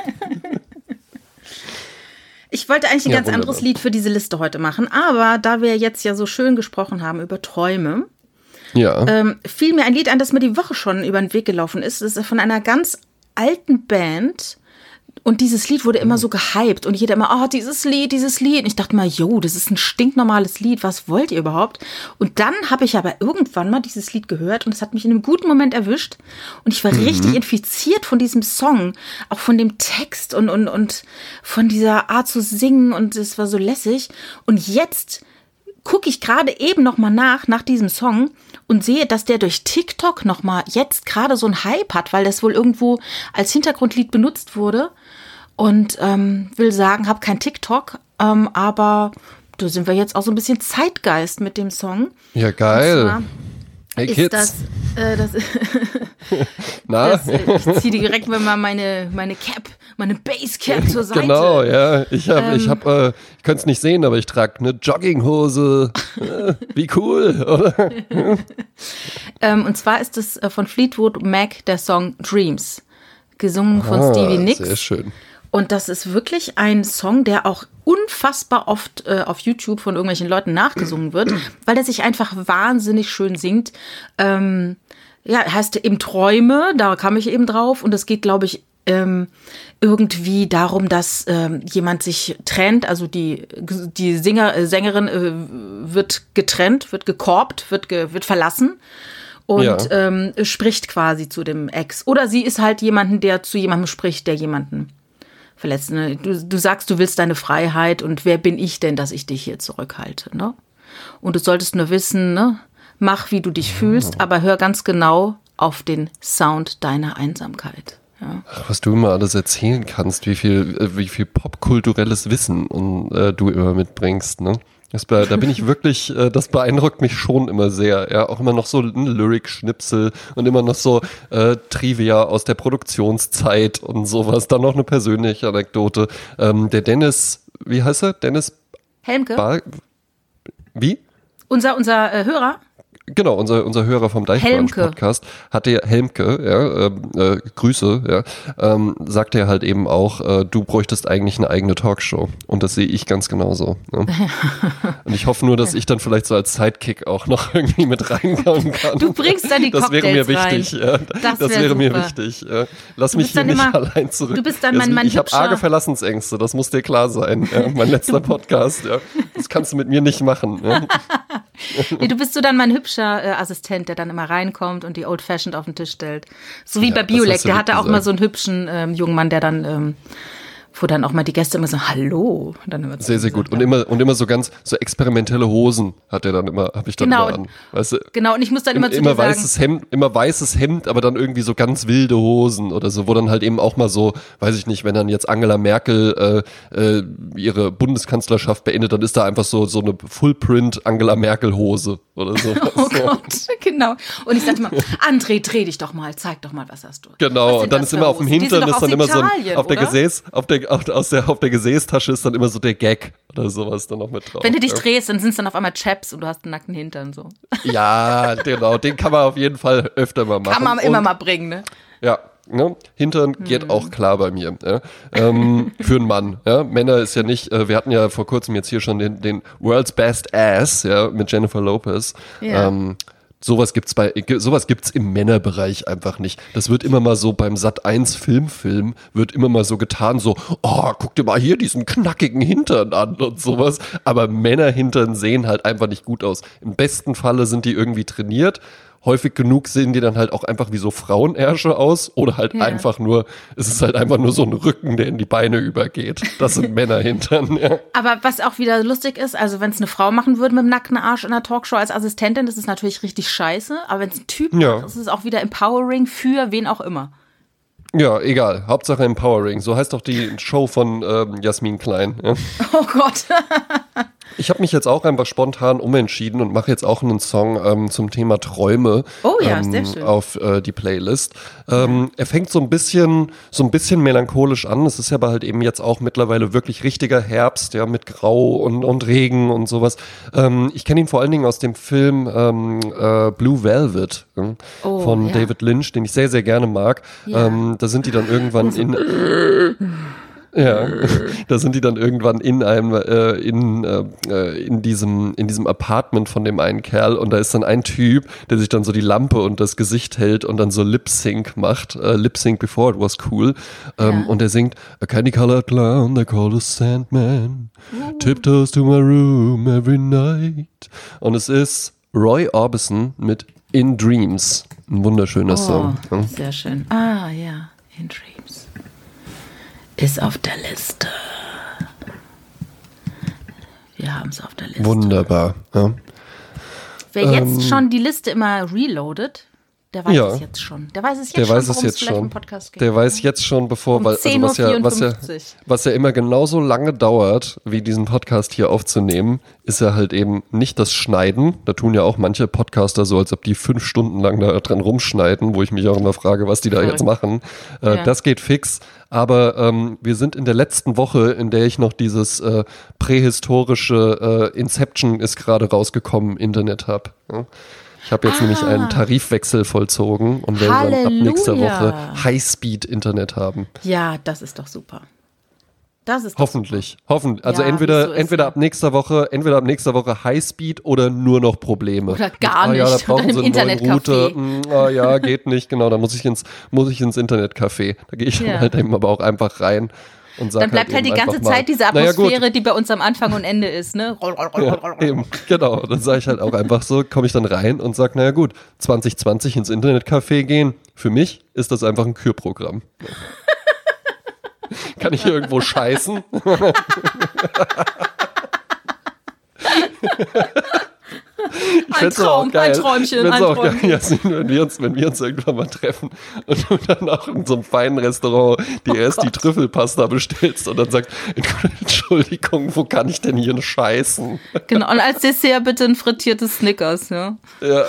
S1: Ich wollte eigentlich ein
S2: Ja,
S1: ganz
S2: wunderbar.
S1: anderes Lied für diese Liste heute machen, aber da wir jetzt ja so schön gesprochen haben über Träume,
S2: Ja.
S1: ähm, fiel mir ein Lied ein, das mir die Woche schon über den Weg gelaufen ist. Das ist von einer ganz alten Band, Und dieses Lied wurde immer so gehypt und jeder immer, oh, dieses Lied, dieses Lied. Und ich dachte mal, jo, das ist ein stinknormales Lied, was wollt ihr überhaupt? Und dann habe ich aber irgendwann mal dieses Lied gehört und es hat mich in einem guten Moment erwischt. Und ich war mhm. richtig infiziert von diesem Song, auch von dem Text und, und, und von dieser Art zu singen und es war so lässig. Und jetzt gucke ich gerade eben noch mal nach, nach diesem Song und sehe, dass der durch TikTok noch mal jetzt gerade so einen Hype hat, weil das wohl irgendwo als Hintergrundlied benutzt wurde. Und ähm, will sagen, habe kein TikTok, ähm, aber da sind wir jetzt auch so ein bisschen Zeitgeist mit dem Song.
S2: Ja, geil. Hey
S1: ist
S2: Kids.
S1: Das, äh, das,
S2: Na?
S1: das, äh, ich ziehe dir direkt mal meine, meine Cap, meine Basecap zur Seite.
S2: Genau, ja. Ich habe,
S1: ähm,
S2: ich habe, äh, ich könnte es nicht sehen, aber ich trage eine Jogginghose. äh, wie cool, oder?
S1: ähm, und zwar ist es äh, von Fleetwood Mac der Song Dreams, gesungen von
S2: ah,
S1: Stevie Nicks.
S2: Sehr schön.
S1: Und das ist wirklich ein Song, der auch unfassbar oft äh, auf YouTube von irgendwelchen Leuten nachgesungen wird, weil der sich einfach wahnsinnig schön singt. Ähm, ja, heißt eben Träume, da kam ich eben drauf. Und es geht, glaube ich, ähm, irgendwie darum, dass ähm, jemand sich trennt. Also die, die Singer, äh, Sängerin äh, wird getrennt, wird gekorbt, wird, ge, wird verlassen. Und ja. ähm, spricht quasi zu dem Ex. Oder sie ist halt jemanden, der zu jemandem spricht, der jemanden verletzt. Ne? Du, du sagst, du willst deine Freiheit und wer bin ich denn, dass ich dich hier zurückhalte? Ne? Und du solltest nur wissen, ne? Mach, wie du dich fühlst, aber hör ganz genau auf den Sound deiner Einsamkeit. Ja.
S2: Ach, was du immer alles erzählen kannst, wie viel, wie viel popkulturelles Wissen und, äh, du immer mitbringst, ne? Das, da bin ich wirklich, äh, das beeindruckt mich schon immer sehr. Ja, auch immer noch so ein Lyric-Schnipsel und immer noch so äh, Trivia aus der Produktionszeit und sowas. Dann noch eine persönliche Anekdote. Ähm, der Dennis, wie heißt er? Dennis
S1: Helmke.
S2: Bar- wie?
S1: Unser, unser äh, Hörer.
S2: Genau, unser, unser Hörer vom Deichbrand-Podcast hatte ja, Helmke, ja, äh, äh, Grüße, ja, ähm, sagte er halt eben auch, äh, du bräuchtest eigentlich eine eigene Talkshow. Und das sehe ich ganz genauso. Ne? Und ich hoffe nur, dass ich dann vielleicht so als Sidekick auch noch irgendwie mit reinkommen kann.
S1: Du bringst da die
S2: das
S1: Cocktails
S2: wäre mir wichtig. Ja.
S1: Das,
S2: das
S1: wär
S2: wäre mir
S1: super.
S2: wichtig. Ja. Lass mich hier nicht immer, allein zurück.
S1: Du bist dann mein, mein
S2: Ich habe
S1: hübscher-
S2: arge Verlassensängste, das muss dir klar sein. Ja. Mein letzter Podcast, ja. Das kannst du mit mir nicht machen. Ja.
S1: Nee, du bist so dann mein hübscher äh, Assistent, der dann immer reinkommt und die Old Fashioned auf den Tisch stellt. So wie
S2: Ja,
S1: bei
S2: das
S1: Biolek,
S2: hast du
S1: der
S2: gut
S1: hatte auch
S2: gesagt.
S1: mal so einen hübschen ähm, jungen Mann, der dann, ähm, wo dann auch mal die Gäste immer so, hallo. Dann immer
S2: Sehr, sehr gut.
S1: gesagt
S2: Und immer, und immer so ganz, so experimentelle Hosen hat er dann immer, habe ich dann
S1: Genau.
S2: immer an. Weißt du,
S1: Genau, und ich muss dann immer, zu
S2: immer
S1: dir sagen,
S2: weißes Hemd, immer weißes Hemd, aber dann irgendwie so ganz wilde Hosen oder so, wo dann halt eben auch mal so, weiß ich nicht, wenn dann jetzt Angela Merkel äh, äh, ihre Bundeskanzlerschaft beendet, dann ist da einfach so so eine Fullprint Angela Merkel Hose oder so.
S1: oh Gott, genau. Und ich sagte mal, André, dreh dich doch mal, zeig doch mal, was hast du. Was
S2: Genau,
S1: sind
S2: und dann
S1: das
S2: ist
S1: für
S2: immer auf dem
S1: Hosen? Die sind
S2: Hintern
S1: doch
S2: ist dann
S1: aus
S2: immer so ein,
S1: Italien,
S2: auf der
S1: oder?
S2: Gesäß, auf der, auf, aus der, auf der Gesäßtasche ist dann immer so der Gag oder sowas dann noch mit drauf.
S1: Wenn du dich
S2: ja.
S1: drehst, dann sind es dann auf einmal Chaps und du hast einen nackten Hintern so.
S2: Ja, genau, den kann man auf jeden Fall öfter mal machen.
S1: Kann man
S2: Und,
S1: immer mal bringen, ne?
S2: Ja, ne? Hintern geht hm. auch klar bei mir. Ja? Ähm, für einen Mann. Ja? Männer ist ja nicht, äh, wir hatten ja vor kurzem jetzt hier schon den, den World's Best Ass, ja, mit Jennifer Lopez.
S1: Ja.
S2: Ähm, Sowas gibt's bei, sowas gibt's im Männerbereich einfach nicht. Das wird immer mal so beim Sat eins Filmfilm wird immer mal so getan, so, oh, guck dir mal hier diesen knackigen Hintern an und sowas. Aber Männerhintern sehen halt einfach nicht gut aus. Im besten Falle sind die irgendwie trainiert. Häufig genug sehen die dann halt auch einfach wie so Frauenärsche aus oder halt
S1: Ja.
S2: einfach nur, es ist halt einfach nur so ein Rücken, der in die Beine übergeht. Das sind Männerhintern, ja.
S1: Aber was auch wieder lustig ist, also wenn es eine Frau machen würde mit dem nackten Arsch in der Talkshow als Assistentin, das ist natürlich richtig scheiße. Aber wenn es ein Typ
S2: Ja.
S1: macht, ist es auch wieder empowering für wen auch immer.
S2: Ja, egal. Hauptsache empowering. So heißt doch die Show von ähm, Jasmin Klein. Ja.
S1: Oh Gott.
S2: Ich habe mich jetzt auch einfach spontan umentschieden und mache jetzt auch einen Song ähm, zum Thema Träume
S1: Oh ja,
S2: ähm,
S1: sehr schön.
S2: auf äh, die Playlist. Ähm, er fängt so ein bisschen, so ein bisschen melancholisch an. Es ist ja aber halt eben jetzt auch mittlerweile wirklich richtiger Herbst, ja, mit Grau und, und Regen und sowas. Ähm, ich kenne ihn vor allen Dingen aus dem Film ähm, äh, Blue Velvet äh,
S1: Oh,
S2: von
S1: ja.
S2: David Lynch, den ich sehr, sehr gerne mag.
S1: Ja.
S2: Ähm, da sind die dann irgendwann in Ja, da sind die dann irgendwann in einem, äh, in, äh, in diesem, in diesem Apartment von dem einen Kerl und da ist dann ein Typ, der sich dann so die Lampe und das Gesicht hält und dann so Lip-Sync macht, äh, Lip-Sync before it was cool. Ähm,
S1: Ja.
S2: Und er singt A candy-colored clown, they call us Sandman, tiptoes to my room every night. Und es ist Roy Orbison mit In Dreams. Ein wunderschöner Song.
S1: Oh, sehr schön. Ah, ja. In Dreams. Ist auf der Liste. Wir haben es auf der Liste.
S2: Wunderbar. Ja.
S1: Wer jetzt
S2: Ähm,
S1: schon die Liste immer reloadet, der weiß
S2: Ja.
S1: es jetzt schon. Der weiß es jetzt
S2: Der
S1: schon,
S2: weiß es
S1: worum
S2: jetzt
S1: vielleicht
S2: schon.
S1: im Podcast geht.
S2: Der weiß jetzt schon, bevor,
S1: Um
S2: weil, also
S1: zehn Uhr
S2: was ja, was ja,
S1: vierundfünfzig.
S2: was ja immer genauso lange dauert, wie diesen Podcast hier aufzunehmen, ist ja halt eben nicht das Schneiden. Da tun ja auch manche Podcaster so, als ob die fünf Stunden lang da dran rumschneiden, wo ich mich auch immer frage, was die da
S1: Verrückt.
S2: jetzt machen. Äh,
S1: Ja.
S2: Das geht fix. Aber ähm, wir sind in der letzten Woche, in der ich noch dieses äh, prähistorische äh, Inception ist gerade rausgekommen Internet habe. Ja? Ich habe jetzt
S1: Ah.
S2: nämlich einen Tarifwechsel vollzogen und werde dann ab nächster
S1: Halleluja.
S2: Woche Highspeed-Internet haben.
S1: Ja, das ist doch super. Das ist doch
S2: Hoffentlich. Hoffen, also
S1: Ja,
S2: entweder,
S1: wie es so ist,
S2: entweder
S1: ne?
S2: ab nächster Woche, entweder ab nächster Woche Highspeed oder nur noch Probleme.
S1: Oder gar
S2: Mit, ah, ja, da
S1: nicht. Oder
S2: brauchen
S1: im
S2: sie einen neuen
S1: Internetcafé.
S2: Router. Hm, ah ja, geht nicht, genau, da muss ich ins, muss ich ins Internetcafé. Da gehe ich
S1: Ja.
S2: dann halt eben aber auch einfach rein und sag
S1: Dann bleibt halt,
S2: eben
S1: die ganze
S2: einfach mal,
S1: Zeit diese
S2: naja, gut.
S1: Atmosphäre, die bei uns am Anfang und Ende ist, ne? Roll, roll, roll,
S2: Ja,
S1: roll, roll.
S2: eben, genau. Dann sage ich halt auch einfach so, komme ich dann rein und sage, naja gut, zwanzig zwanzig ins Internetcafé gehen. Für mich ist das einfach ein Kürprogramm. Kann ich hier irgendwo scheißen? Ich
S1: Ein
S2: fänd's auch
S1: Traum,
S2: geil.
S1: ein Träumchen,
S2: Ich fänd's
S1: ein
S2: auch geil,
S1: Träumchen.
S2: Jasmin, wenn wir uns, wenn wir uns irgendwann mal treffen und du dann auch in so einem feinen Restaurant dir erst die
S1: Gott.
S2: Trüffelpasta bestellst und dann sagst, Entschuldigung, wo kann ich denn hier scheißen?
S1: Genau, und als Dessert bitte ein frittiertes Snickers, ja.
S2: Ja.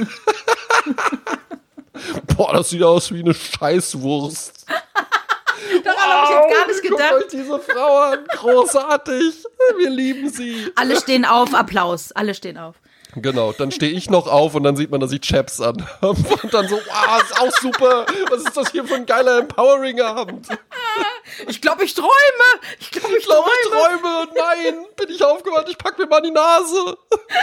S2: Boah, das sieht aus wie eine Scheißwurst.
S1: Daran habe ich jetzt gar nicht
S2: Guckt
S1: gedacht.
S2: euch diese Frau an, großartig. Wir lieben sie.
S1: Alle stehen auf, Applaus, alle stehen auf.
S2: Genau, dann stehe ich noch auf und dann sieht man, dass ich Chaps an habe. Und dann so, wow, ist auch super. Was ist das hier für ein geiler Empowering-Abend?
S1: Ich glaube, ich träume. Ich glaube, ich,
S2: Ich glaube, ich
S1: träume.
S2: träume. Nein, bin ich aufgewacht, ich pack mir mal die Nase.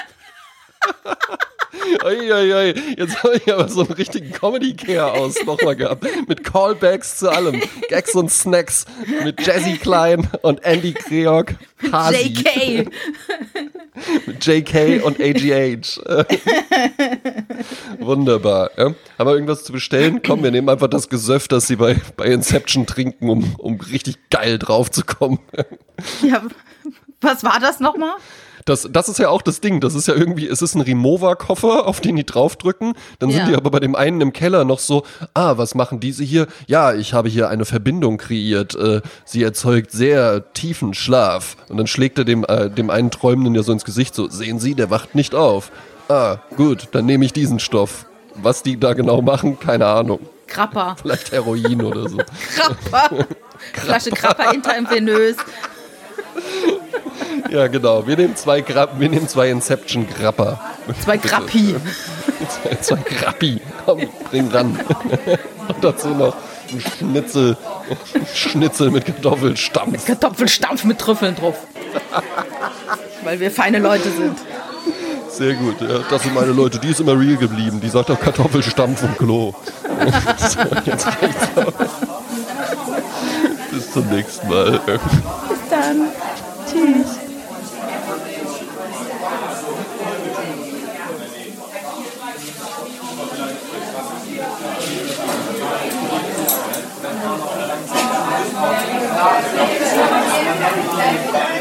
S2: Eieiei, jetzt habe ich aber so einen richtigen Comedy-Care-Aus nochmal gehabt. Mit Callbacks zu allem. Gags und Snacks. Mit Jazzy Klein und Andy Kreok. Hasi.
S1: J K.
S2: Mit J K und A G H. Wunderbar. Ja? Haben wir irgendwas zu bestellen? Komm, wir nehmen einfach das Gesöff, das sie bei, bei Inception trinken, um, um richtig geil drauf zu kommen.
S1: Ja, was war das nochmal?
S2: Das, das ist ja auch das Ding. Das ist ja irgendwie, es ist ein Remover-Koffer, auf den die draufdrücken. Dann sind
S1: Ja.
S2: die aber bei dem einen im Keller noch so, ah, was machen diese hier? Ja, ich habe hier eine Verbindung kreiert. Äh, sie erzeugt sehr tiefen Schlaf. Und dann schlägt er dem, äh, dem einen Träumenden ja so ins Gesicht so, sehen Sie, der wacht nicht auf. Ah, gut, dann nehme ich diesen Stoff. Was die da genau machen, keine Ahnung.
S1: Krapper.
S2: Vielleicht Heroin oder so.
S1: Krapper. Flasche Krapper intravenös.
S2: Ja, genau. Wir nehmen zwei, Gra- wir nehmen zwei Inception-Grapper.
S1: Zwei Krappi.
S2: Zwei, zwei Krappi. Komm, bring ran. Und dazu noch ein Schnitzel. Ein Schnitzel mit Kartoffelstampf.
S1: Kartoffelstampf mit Trüffeln drauf. Weil wir feine Leute sind.
S2: Sehr gut. Ja. Das sind meine Leute. Die ist immer real geblieben. Die sagt auch Kartoffelstampf und Klo. So, jetzt reicht's auch. Bis zum nächsten Mal.
S1: Bis dann. Tschüss.
S3: Thank you.